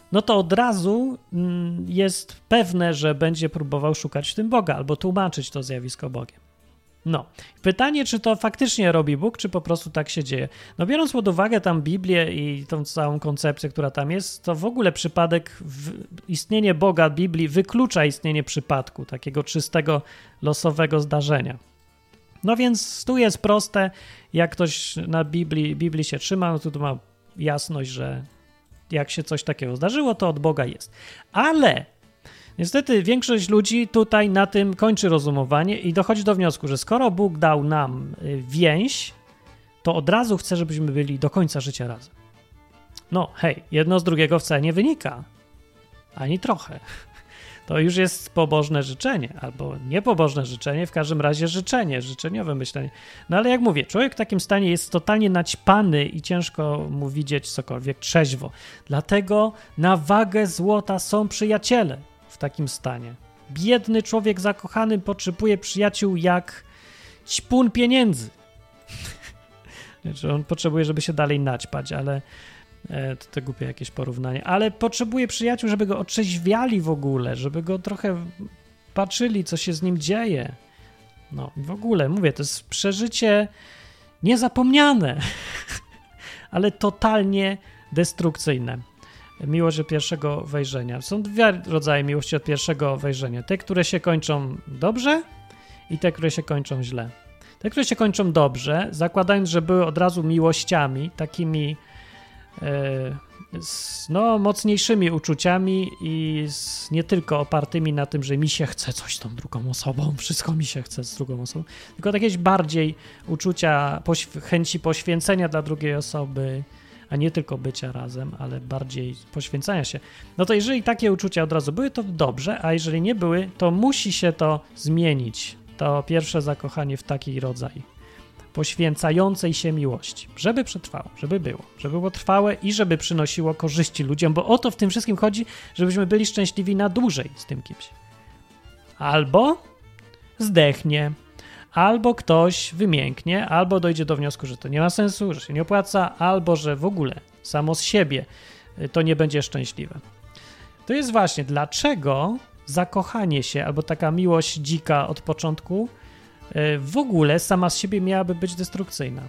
no to od razu mm, jest pewne, że będzie próbował szukać w tym Boga albo tłumaczyć to zjawisko Bogiem. No, pytanie, czy to faktycznie robi Bóg, czy po prostu tak się dzieje. No biorąc pod uwagę tam Biblię i tą całą koncepcję, która tam jest, to w ogóle przypadek, w, istnienie Boga Biblii wyklucza istnienie przypadku, takiego czystego, losowego zdarzenia. No więc tu jest proste, jak ktoś na Biblii, Biblii się trzyma, no to tu ma jasność, że jak się coś takiego zdarzyło, to od Boga jest. Ale niestety większość ludzi tutaj na tym kończy rozumowanie i dochodzi do wniosku, że skoro Bóg dał nam więź, to od razu chce, żebyśmy byli do końca życia razem. No hej, jedno z drugiego wcale nie wynika. Ani trochę. To już jest pobożne życzenie, albo niepobożne życzenie, w każdym razie życzenie, życzeniowe myślenie. No ale jak mówię, człowiek w takim stanie jest totalnie naćpany i ciężko mu widzieć cokolwiek trzeźwo. Dlatego na wagę złota są przyjaciele w takim stanie. Biedny człowiek zakochany potrzebuje przyjaciół jak ćpun pieniędzy. Znaczy on potrzebuje, żeby się dalej naćpać, ale to, to głupie jakieś porównanie, ale potrzebuje przyjaciół, żeby go otrzeźwiali w ogóle, żeby go trochę patrzyli, co się z nim dzieje. No w ogóle, mówię, to jest przeżycie niezapomniane, ale totalnie destrukcyjne. Miłość od pierwszego wejrzenia. Są dwa rodzaje miłości od pierwszego wejrzenia. Te, które się kończą dobrze i te, które się kończą źle. Te, które się kończą dobrze, zakładając, że były od razu miłościami, takimi z no, mocniejszymi uczuciami i z, nie tylko opartymi na tym, że mi się chce coś z tą drugą osobą, wszystko mi się chce z drugą osobą, tylko jakieś bardziej uczucia pośw- chęci poświęcenia dla drugiej osoby, a nie tylko bycia razem, ale bardziej poświęcania się. No to jeżeli takie uczucia od razu były, to dobrze, a jeżeli nie były, to musi się to zmienić. To pierwsze zakochanie w taki rodzaj poświęcającej się miłości, żeby przetrwało, żeby było, żeby było trwałe i żeby przynosiło korzyści ludziom, bo o to w tym wszystkim chodzi, żebyśmy byli szczęśliwi na dłużej z tym kimś. Albo zdechnie, albo ktoś wymięknie, albo dojdzie do wniosku, że to nie ma sensu, że się nie opłaca, albo że w ogóle samo z siebie to nie będzie szczęśliwe. To jest właśnie dlaczego zakochanie się, albo taka miłość dzika od początku w ogóle sama z siebie miałaby być destrukcyjna.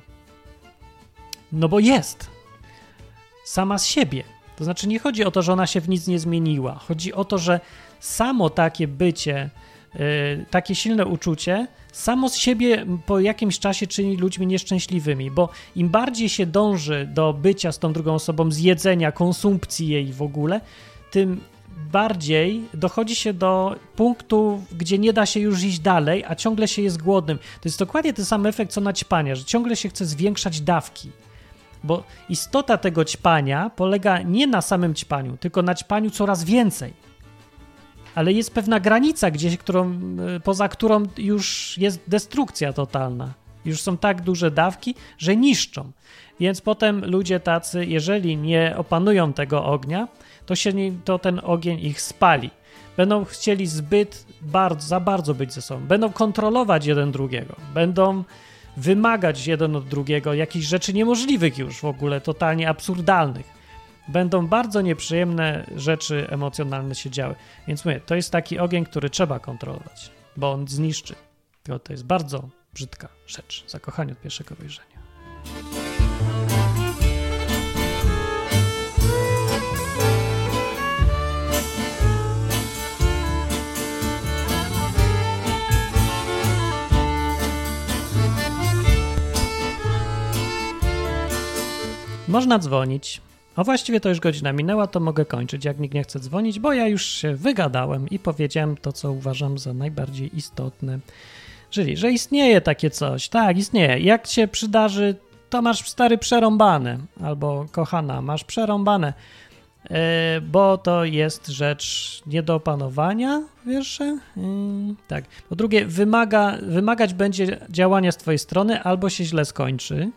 No bo jest. Sama z siebie. To znaczy nie chodzi o to, że ona się w nic nie zmieniła. Chodzi o to, że samo takie bycie, yy, takie silne uczucie, samo z siebie po jakimś czasie czyni ludźmi nieszczęśliwymi, bo im bardziej się dąży do bycia z tą drugą osobą, zjedzenia, konsumpcji jej w ogóle, tym bardziej dochodzi się do punktu, gdzie nie da się już iść dalej, a ciągle się jest głodnym. To jest dokładnie ten sam efekt, co naćpania, że ciągle się chce zwiększać dawki. Bo istota tego ćpania polega nie na samym ćpaniu, tylko na ćpaniu coraz więcej. Ale jest pewna granica, gdzieś, którą, poza którą już jest destrukcja totalna. Już są tak duże dawki, że niszczą. Więc potem ludzie tacy, jeżeli nie opanują tego ognia, to, się nie, to ten ogień ich spali. Będą chcieli zbyt bardzo, za bardzo być ze sobą. Będą kontrolować jeden drugiego. Będą wymagać jeden od drugiego jakichś rzeczy niemożliwych już w ogóle, totalnie absurdalnych. Będą bardzo nieprzyjemne rzeczy emocjonalne się działy. Więc mówię, to jest taki ogień, który trzeba kontrolować, bo on zniszczy. To, to jest bardzo brzydka rzecz. Zakochanie od pierwszego wejrzenia. Można dzwonić. A właściwie to już godzina minęła, to mogę kończyć, jak nikt nie chce dzwonić, bo ja już się wygadałem i powiedziałem to, co uważam za najbardziej istotne. Czyli, że istnieje takie coś. Tak, istnieje. Jak się przydarzy, to masz stary przerąbane. Albo kochana, masz przerąbane. Yy, bo to jest rzecz nie do opanowania, wiesz? Yy, tak. Po drugie, wymaga, wymagać będzie działania z twojej strony, albo się źle skończy.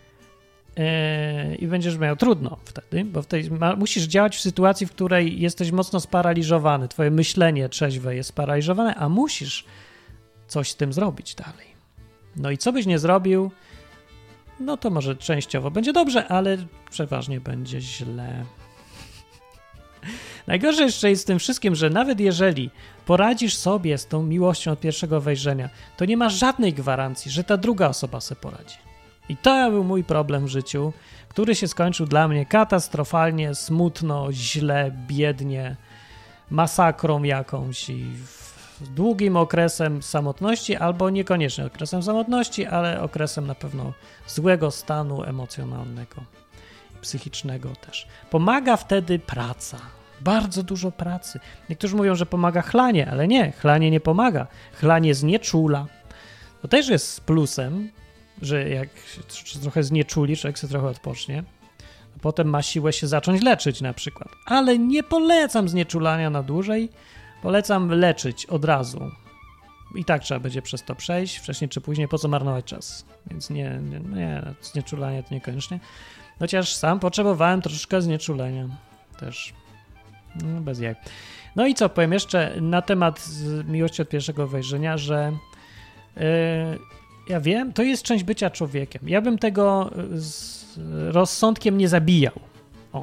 I będziesz miał trudno wtedy, bo w tej, ma, musisz działać w sytuacji, w której jesteś mocno sparaliżowany, twoje myślenie trzeźwe jest sparaliżowane, a musisz coś z tym zrobić dalej. No i co byś nie zrobił, no to może częściowo będzie dobrze, ale przeważnie będzie źle. Najgorsze jeszcze jest z tym wszystkim, że nawet jeżeli poradzisz sobie z tą miłością od pierwszego wejrzenia, to nie masz żadnej gwarancji, że ta druga osoba sobie poradzi. I to był mój problem w życiu, który się skończył dla mnie katastrofalnie, smutno, źle, biednie, masakrą jakąś i długim okresem samotności, albo niekoniecznie okresem samotności, ale okresem na pewno złego stanu emocjonalnego, psychicznego też. Pomaga wtedy praca. Bardzo dużo pracy. Niektórzy mówią, że pomaga chlanie, ale nie, chlanie nie pomaga. Chlanie znieczula. To też jest plusem, że jak się trochę znieczuli, człowiek sobie trochę odpocznie, potem ma siłę się zacząć leczyć na przykład. Ale nie polecam znieczulania na dłużej, polecam leczyć od razu. I tak trzeba będzie przez to przejść, wcześniej czy później, po co marnować czas. Więc nie, nie, nie znieczulanie to niekoniecznie. Chociaż sam potrzebowałem troszeczkę znieczulenia też. No, bez jaj. No i co, powiem jeszcze na temat miłości od pierwszego wejrzenia, że yy, ja wiem, to jest część bycia człowiekiem. Ja bym tego z rozsądkiem nie zabijał. O.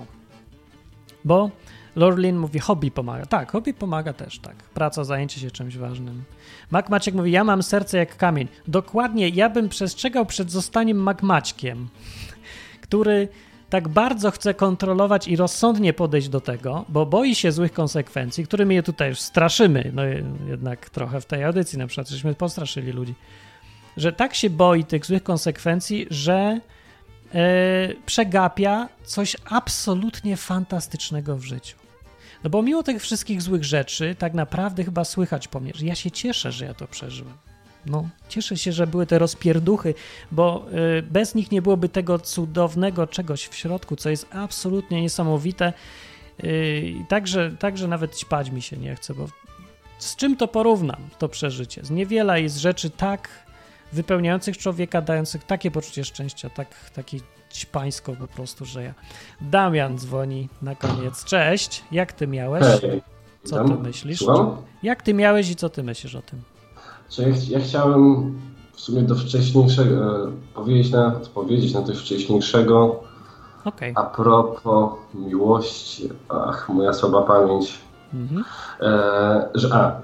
Bo Lorlin mówi, hobby pomaga. Tak, hobby pomaga też, tak. Praca, zajęcie się czymś ważnym. Mac Maciek mówi, ja mam serce jak kamień. Dokładnie, ja bym przestrzegał przed zostaniem Mac Maćkiem, który tak bardzo chce kontrolować i rozsądnie podejść do tego, bo boi się złych konsekwencji, którymi je tutaj już straszymy. No jednak trochę w tej audycji na przykład, żeśmy postraszyli ludzi. Że tak się boi tych złych konsekwencji, że yy, przegapia coś absolutnie fantastycznego w życiu. No bo mimo tych wszystkich złych rzeczy, tak naprawdę chyba słychać po mnie, że ja się cieszę, że ja to przeżyłem. No, cieszę się, że były te rozpierduchy, bo yy, bez nich nie byłoby tego cudownego czegoś w środku, co jest absolutnie niesamowite. Yy, także, także nawet ćpać mi się nie chce, bo z czym to porównam, to przeżycie? Z niewiele jest rzeczy tak wypełniających człowieka, dających takie poczucie szczęścia, tak, taki ćpańsko po prostu, że ja. Damian dzwoni na koniec. Cześć, jak ty miałeś? Hej, co ty myślisz? Słucham? Jak ty miałeś i co ty myślisz o tym? Ja chciałem w sumie do wcześniejszego powiedzieć na, odpowiedzieć na coś wcześniejszego. Okay. A propos miłości, ach, moja słaba pamięć, mhm. e, że a,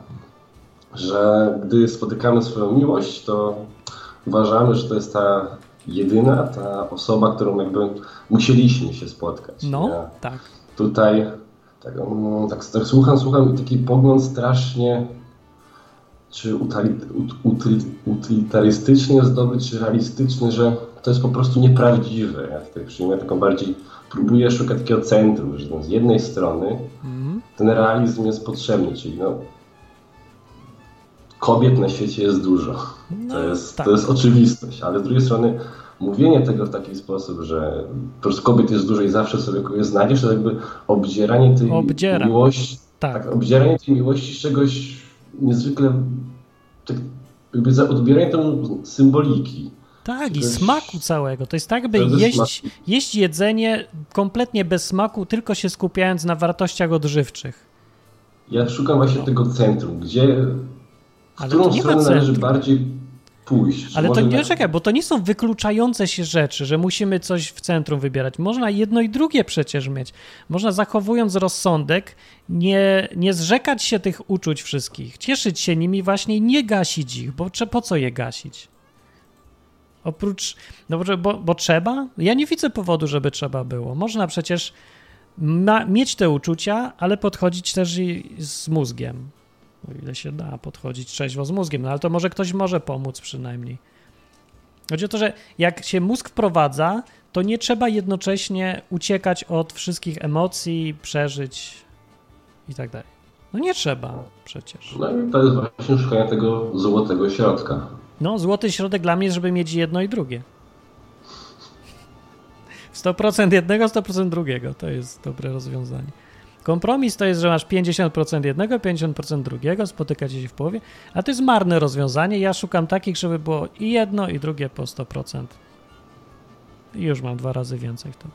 że gdy spotykamy swoją miłość, to uważamy, że to jest ta jedyna, ta osoba, którą jakby musieliśmy się spotkać. No, nie? tak. Tutaj tak, tak, tak słucham, słucham i taki pogląd strasznie czy utylitarystycznie zdobyć, czy realistyczny, że to jest po prostu nieprawdziwe. Ja tutaj przyjmuję taką bardziej, próbuję szukać takiego centrum, że no z jednej strony mm. ten realizm jest potrzebny, czyli no, kobiet na świecie jest dużo. No, to, jest, tak. to jest oczywistość, ale z drugiej strony mówienie tego w taki sposób, że po prostu kobiet jest dużo i zawsze sobie kogoś znajdziesz, to jakby obdzieranie tej Obdziera. miłości, tak. Tak, obdzieranie tej miłości z czegoś niezwykle, tak, jakby odbieranie tą symboliki. Tak, i też smaku całego. To jest tak, by jeść, jeść jedzenie kompletnie bez smaku, tylko się skupiając na wartościach odżywczych. Ja szukam właśnie no. tego centrum, gdzie w Ale którą stronę należy bardziej pójść. Ale to nie na... czekaj, bo to nie są wykluczające się rzeczy, że musimy coś w centrum wybierać. Można jedno i drugie przecież mieć. Można, zachowując rozsądek, nie, nie zrzekać się tych uczuć wszystkich, cieszyć się nimi właśnie i nie gasić ich, bo po co je gasić? Oprócz, no bo, bo trzeba? Ja nie widzę powodu, żeby trzeba było. Można przecież ma, mieć te uczucia, ale podchodzić też i z mózgiem. O ile się da podchodzić trzeźwo z mózgiem, no ale to może ktoś może pomóc przynajmniej. Chodzi o to, że jak się mózg wprowadza, to nie trzeba jednocześnie uciekać od wszystkich emocji, przeżyć i tak dalej. No nie trzeba przecież. No i to jest właśnie szukanie tego złotego środka. No, złoty środek dla mnie jest, żeby mieć jedno i drugie. sto procent jednego, sto procent drugiego. To jest dobre rozwiązanie. Kompromis to jest, że masz pięćdziesiąt procent jednego, pięćdziesiąt procent drugiego, spotykacie się w połowie, a to jest marne rozwiązanie. Ja szukam takich, żeby było i jedno, i drugie po sto procent. I już mam dwa razy więcej w tym.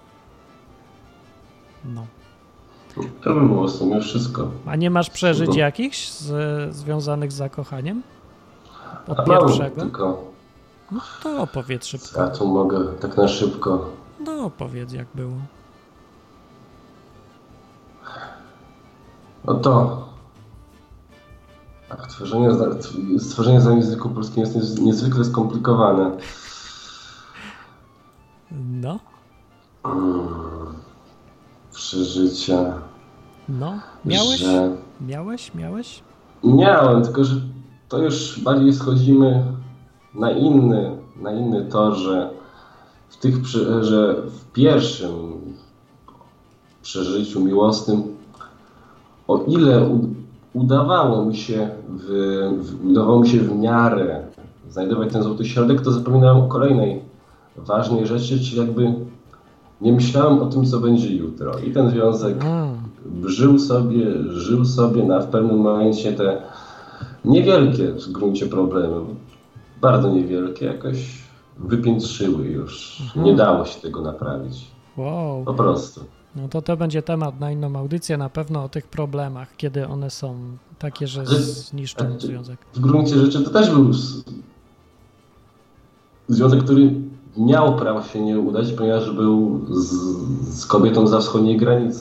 No. To by było w sumie wszystko. A nie masz przeżyć no. jakichś z, związanych z zakochaniem? Od a pierwszego? Mam, tylko... No to opowiedz szybko. Ja tu mogę tak na szybko. No opowiedz jak było. No to tak, tworzenie, stworzenie zdań w języku polskim jest niezwykle skomplikowane. No. Hmm. Przeżycia. No, miałeś? Że... Miałeś? Miałeś? Miałem, tylko że to już bardziej schodzimy na inny, na inny tor, że w tych, że w pierwszym przeżyciu miłosnym, o ile udawało mi się w, w, udawało mi się w miarę znajdować ten złoty środek, to zapominałem o kolejnej ważnej rzeczy, czyli jakby nie myślałem o tym, co będzie jutro. I ten związek żył sobie, żył sobie, na w pewnym momencie te niewielkie w gruncie problemy, bardzo niewielkie, jakoś wypiętrzyły już. Mhm. Nie dało się tego naprawić. Wow. Po prostu. No to to będzie temat na inną audycję, na pewno o tych problemach, kiedy one są takie, że zniszczą że, związek. W gruncie rzeczy to też był związek, który miał prawo się nie udać, ponieważ był z, z kobietą za wschodniej granicy.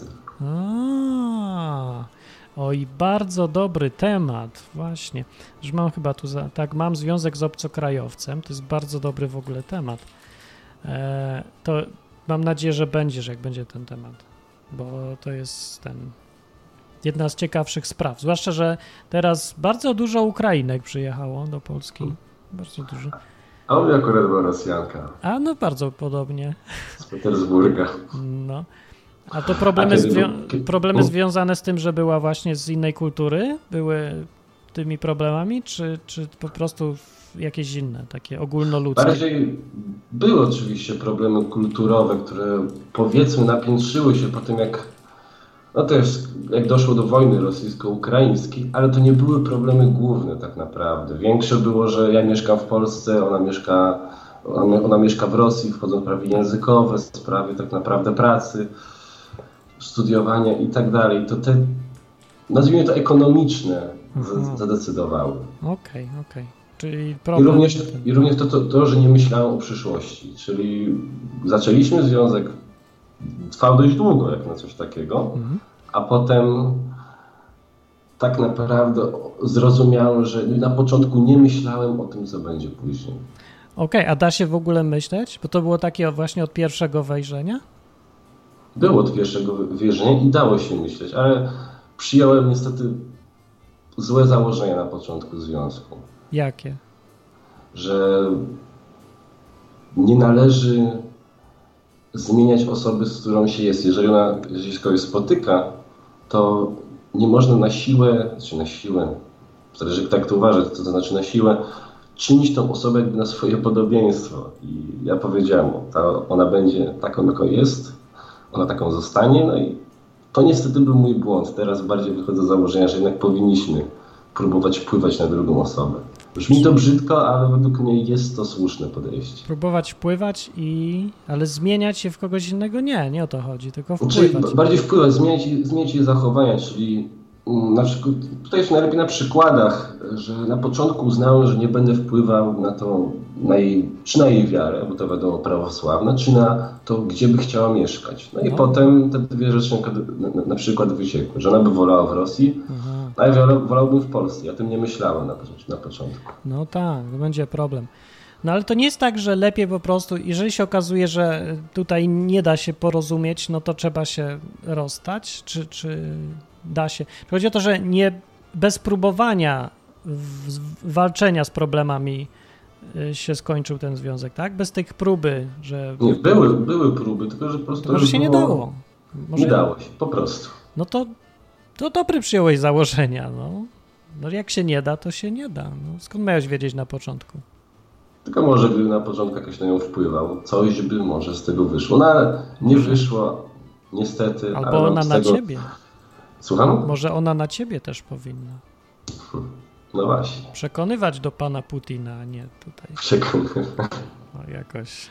A, oj, bardzo dobry temat, właśnie. Że mam chyba tu, za, tak, mam związek z obcokrajowcem, to jest bardzo dobry w ogóle temat. E, to mam nadzieję, że będziesz, jak będzie ten temat, bo to jest ten jedna z ciekawszych spraw, zwłaszcza, że teraz bardzo dużo Ukrainek przyjechało do Polski, bardzo dużo. A u mnie akurat była Rosjanka. A no bardzo podobnie. Z Petersburga. No. A to problemy, A zwią- problemy związane z tym, że była właśnie z innej kultury? Były tymi problemami, czy, czy po prostu jakieś inne, takie ogólnoludzkie? Bardziej były oczywiście problemy kulturowe, które powiedzmy napiętrzyły się po tym, jak no też jak doszło do wojny rosyjsko-ukraińskiej, ale to nie były problemy główne tak naprawdę. Większe było, że ja mieszkam w Polsce, ona mieszka, ona, ona mieszka w Rosji, wchodzą sprawy językowe, sprawy tak naprawdę pracy, studiowania i tak dalej. To te, nazwijmy to ekonomiczne, mhm. zadecydowały. Okej, okay, okej. Okay. Czyli problem... I również, i również to, to, to, że nie myślałem o przyszłości, czyli zaczęliśmy związek, trwał dość długo jak na coś takiego, mhm. a potem tak naprawdę zrozumiałem, że na początku nie myślałem o tym, co będzie później. Okej, okay, a da się w ogóle myśleć? Bo to było takie właśnie od pierwszego wejrzenia? Było od pierwszego wejrzenia i dało się myśleć, ale przyjąłem niestety złe założenia na początku związku. Jakie? Że nie należy zmieniać osoby, z którą się jest. Jeżeli ona, jeżeli się kogoś spotyka, to nie można na siłę, czy na siłę, zależy jak tak to uważać, co to znaczy na siłę, czynić tą osobę jakby na swoje podobieństwo. I ja powiedziałem, ta, ona będzie taką, jaką jest, ona taką zostanie, no i to niestety był mój błąd. Teraz bardziej wychodzę z założenia, że jednak powinniśmy próbować wpływać na drugą osobę. Brzmi to brzydko, ale według mnie jest to słuszne podejście. Próbować wpływać, i ale zmieniać się w kogoś innego? Nie, nie o to chodzi, tylko wpływać. Czyli bardziej wpływać, zmieniać, zmieniać jej zachowania, czyli na przykład, tutaj jest najlepiej na przykładach, że na początku uznałem, że nie będę wpływał na to, na jej, czy na jej wiarę, bo to wiadomo prawosławne, czy na to, gdzie by chciała mieszkać. No, no. i potem te dwie rzeczy na, na, na przykład wyciekły, że ona by wolała w Rosji, aha. a ja wolałbym w Polsce. Ja tym nie myślałem na, na początku. No tak, to będzie problem. No ale to nie jest tak, że lepiej po prostu, jeżeli się okazuje, że tutaj nie da się porozumieć, no to trzeba się rozstać, czy, czy da się? Chodzi o to, że nie bez próbowania w, walczenia z problemami się skończył ten związek, tak? Bez tych próby, że... Nie, były, były próby, tylko że po prostu... Może się było... nie dało. Może... Nie dało się, po prostu. No to, to dobry przyjąłeś założenia, no. No jak się nie da, to się nie da. No, skąd miałeś wiedzieć na początku? Tylko może gdyby na początku jakoś na nią wpływał, coś by może z tego wyszło. No ale nie wyszło, niestety. Albo ale ona z na tego... ciebie. Słucham? Może ona na ciebie też powinna. No właśnie. Przekonywać do pana Putina, a nie tutaj. Przekonywać. No jakoś.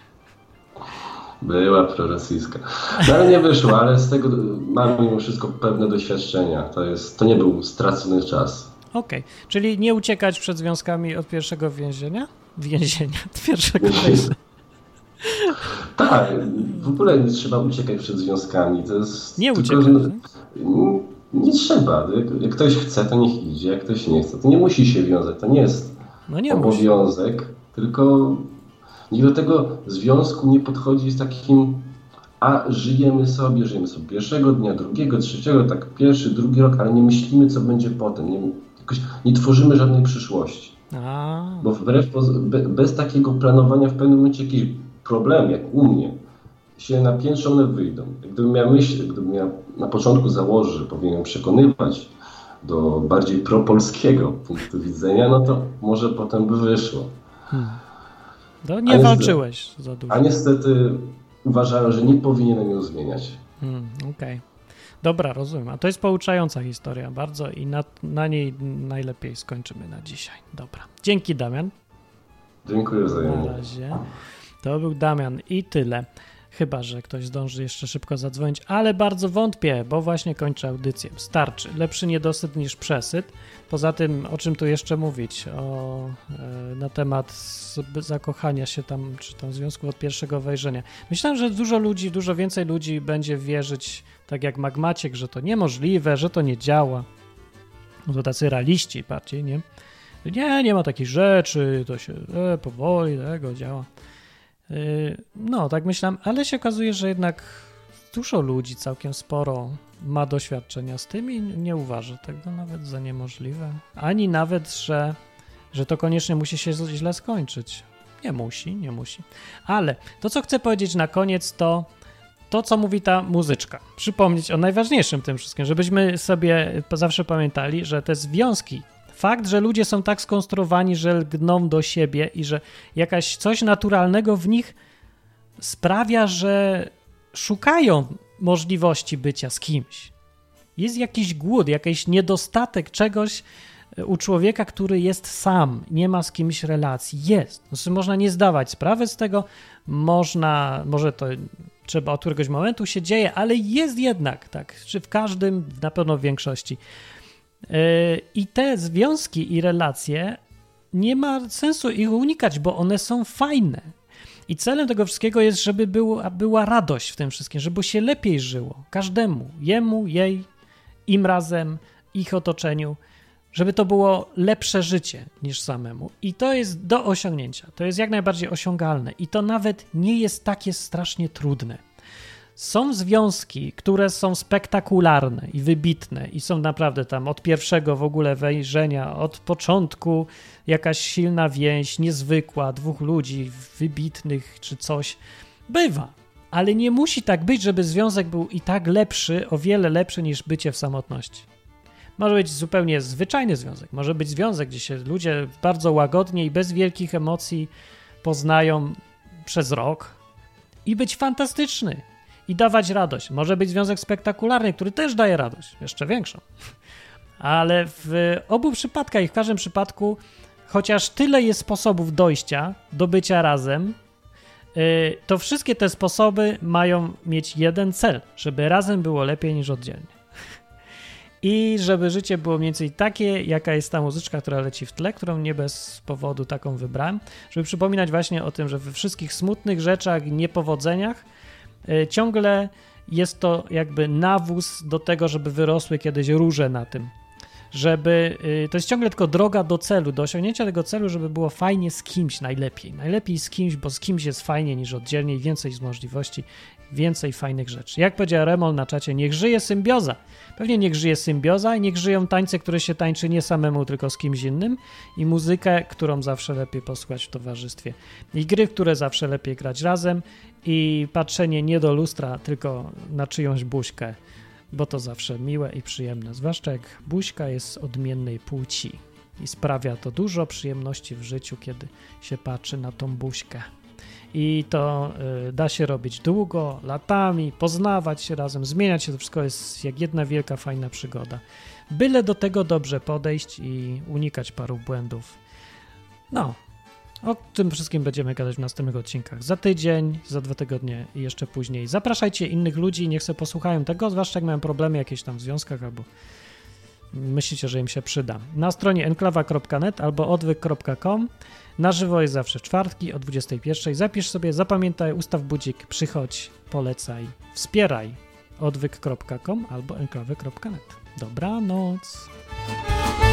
Była prorosyjska. No ale nie wyszło, ale z tego mamy mimo wszystko pewne doświadczenia. To jest, to nie był stracony czas. Okej, okay. Czyli nie uciekać przed związkami od pierwszego więzienia? Więzienia, od pierwszego więzienia. Tak, w ogóle nie trzeba uciekać przed związkami. To jest nie tylko, uciekać, że... nie trzeba. Jak, jak ktoś chce, to niech idzie, jak ktoś nie chce, to nie musi się wiązać. To nie jest no nie obowiązek, musi. Tylko nikt do tego związku nie podchodzi z takim a żyjemy sobie, żyjemy sobie pierwszego dnia, drugiego, trzeciego, tak pierwszy, drugi rok, ale nie myślimy, co będzie potem. Nie, jakoś nie tworzymy żadnej przyszłości. A. Bo wbrew, bez takiego planowania w pewnym momencie jakiś problem, jak u mnie, się napiętrzą, one wyjdą. Gdybym miał myśl, gdybym miał na początku założyć, że powinienem przekonywać do bardziej propolskiego punktu widzenia, no to może potem by wyszło. Hmm. No nie walczyłeś za dużo. A niestety uważałem, że nie powinienem ją zmieniać. Hmm, Okej. Okay. Dobra, rozumiem. A to jest pouczająca historia bardzo i na, na niej najlepiej skończymy na dzisiaj. Dobra. Dzięki, Damian. Dziękuję wzajemnie. Na razie. To był Damian i tyle. Chyba że ktoś zdąży jeszcze szybko zadzwonić, ale bardzo wątpię, bo właśnie kończę audycję. Starczy. Lepszy niedosyt niż przesyt. Poza tym, o czym tu jeszcze mówić? O, e, na temat zakochania się tam, czy tam związku od pierwszego wejrzenia. Myślałem, że dużo ludzi, dużo więcej ludzi będzie wierzyć, tak jak Magmaciek, że to niemożliwe, że to nie działa. No to tacy realiści bardziej, nie? Nie, nie ma takich rzeczy, to się e, powoli tego działa. No, tak myślałem, ale się okazuje, że jednak dużo ludzi, całkiem sporo ma doświadczenia z tym i nie uważa tego nawet za niemożliwe. Ani nawet, że, że to koniecznie musi się źle skończyć. Nie musi, nie musi. Ale to, co chcę powiedzieć na koniec, to to, co mówi ta muzyczka. Przypomnieć o najważniejszym tym wszystkim, żebyśmy sobie zawsze pamiętali, że te związki, fakt, że ludzie są tak skonstruowani, że lgną do siebie i że jakaś coś naturalnego w nich sprawia, że szukają możliwości bycia z kimś. Jest jakiś głód, jakiś niedostatek czegoś u człowieka, który jest sam, nie ma z kimś relacji. Jest. Znaczy, można nie zdawać sprawy z tego, można, może to trzeba od któregoś momentu się dzieje, ale jest jednak, tak, czy w każdym, na pewno w większości. I te związki i relacje nie ma sensu ich unikać, bo one są fajne. I celem tego wszystkiego jest, żeby była, była radość w tym wszystkim, żeby się lepiej żyło. Każdemu, jemu, jej, im razem, ich otoczeniu, żeby to było lepsze życie niż samemu. I to jest do osiągnięcia. To jest jak najbardziej osiągalne. I to nawet nie jest takie strasznie trudne. Są związki, które są spektakularne i wybitne i są naprawdę tam od pierwszego w ogóle wejrzenia, od początku jakaś silna więź, niezwykła, dwóch ludzi wybitnych czy coś. Bywa, ale nie musi tak być, żeby związek był i tak lepszy, o wiele lepszy niż bycie w samotności. Może być zupełnie zwyczajny związek, może być związek, gdzie się ludzie bardzo łagodnie i bez wielkich emocji poznają przez rok i być fantastyczny. I dawać radość. Może być związek spektakularny, który też daje radość, jeszcze większą. Ale w obu przypadkach i w każdym przypadku, chociaż tyle jest sposobów dojścia do bycia razem, to wszystkie te sposoby mają mieć jeden cel, żeby razem było lepiej niż oddzielnie. I żeby życie było mniej więcej takie, jaka jest ta muzyczka, która leci w tle, którą nie bez powodu taką wybrałem, żeby przypominać właśnie o tym, że we wszystkich smutnych rzeczach, niepowodzeniach ciągle jest to jakby nawóz do tego, żeby wyrosły kiedyś róże na tym. Żeby, to jest ciągle tylko droga do celu, do osiągnięcia tego celu, żeby było fajnie z kimś najlepiej. Najlepiej z kimś, bo z kimś jest fajnie niż oddzielnie i więcej z możliwości, więcej fajnych rzeczy. Jak powiedział Remol na czacie, niech żyje symbioza. Pewnie niech żyje symbioza i niech żyją tańce, które się tańczy nie samemu, tylko z kimś innym i muzykę, którą zawsze lepiej posłuchać w towarzystwie. I gry, które zawsze lepiej grać razem i patrzenie nie do lustra, tylko na czyjąś buźkę, bo to zawsze miłe i przyjemne, zwłaszcza jak buźka jest odmiennej płci i sprawia to dużo przyjemności w życiu, kiedy się patrzy na tą buźkę. I to y, da się robić długo, latami, poznawać się razem, zmieniać się, to wszystko jest jak jedna wielka, fajna przygoda. Byle do tego dobrze podejść i unikać paru błędów. No, o tym wszystkim będziemy gadać w następnych odcinkach. Za tydzień, za dwa tygodnie i jeszcze później. Zapraszajcie innych ludzi, niech sobie posłuchają tego, zwłaszcza jak mają problemy jakieś tam w związkach albo myślicie, że im się przyda. Na stronie enklawa kropka net albo odwyk kropka com. Na żywo jest zawsze czwartki o dwudziestej pierwszej. Zapisz sobie, zapamiętaj, ustaw budzik, przychodź, polecaj, wspieraj odwyk kropka com albo enklawy kropka net. Dobranoc.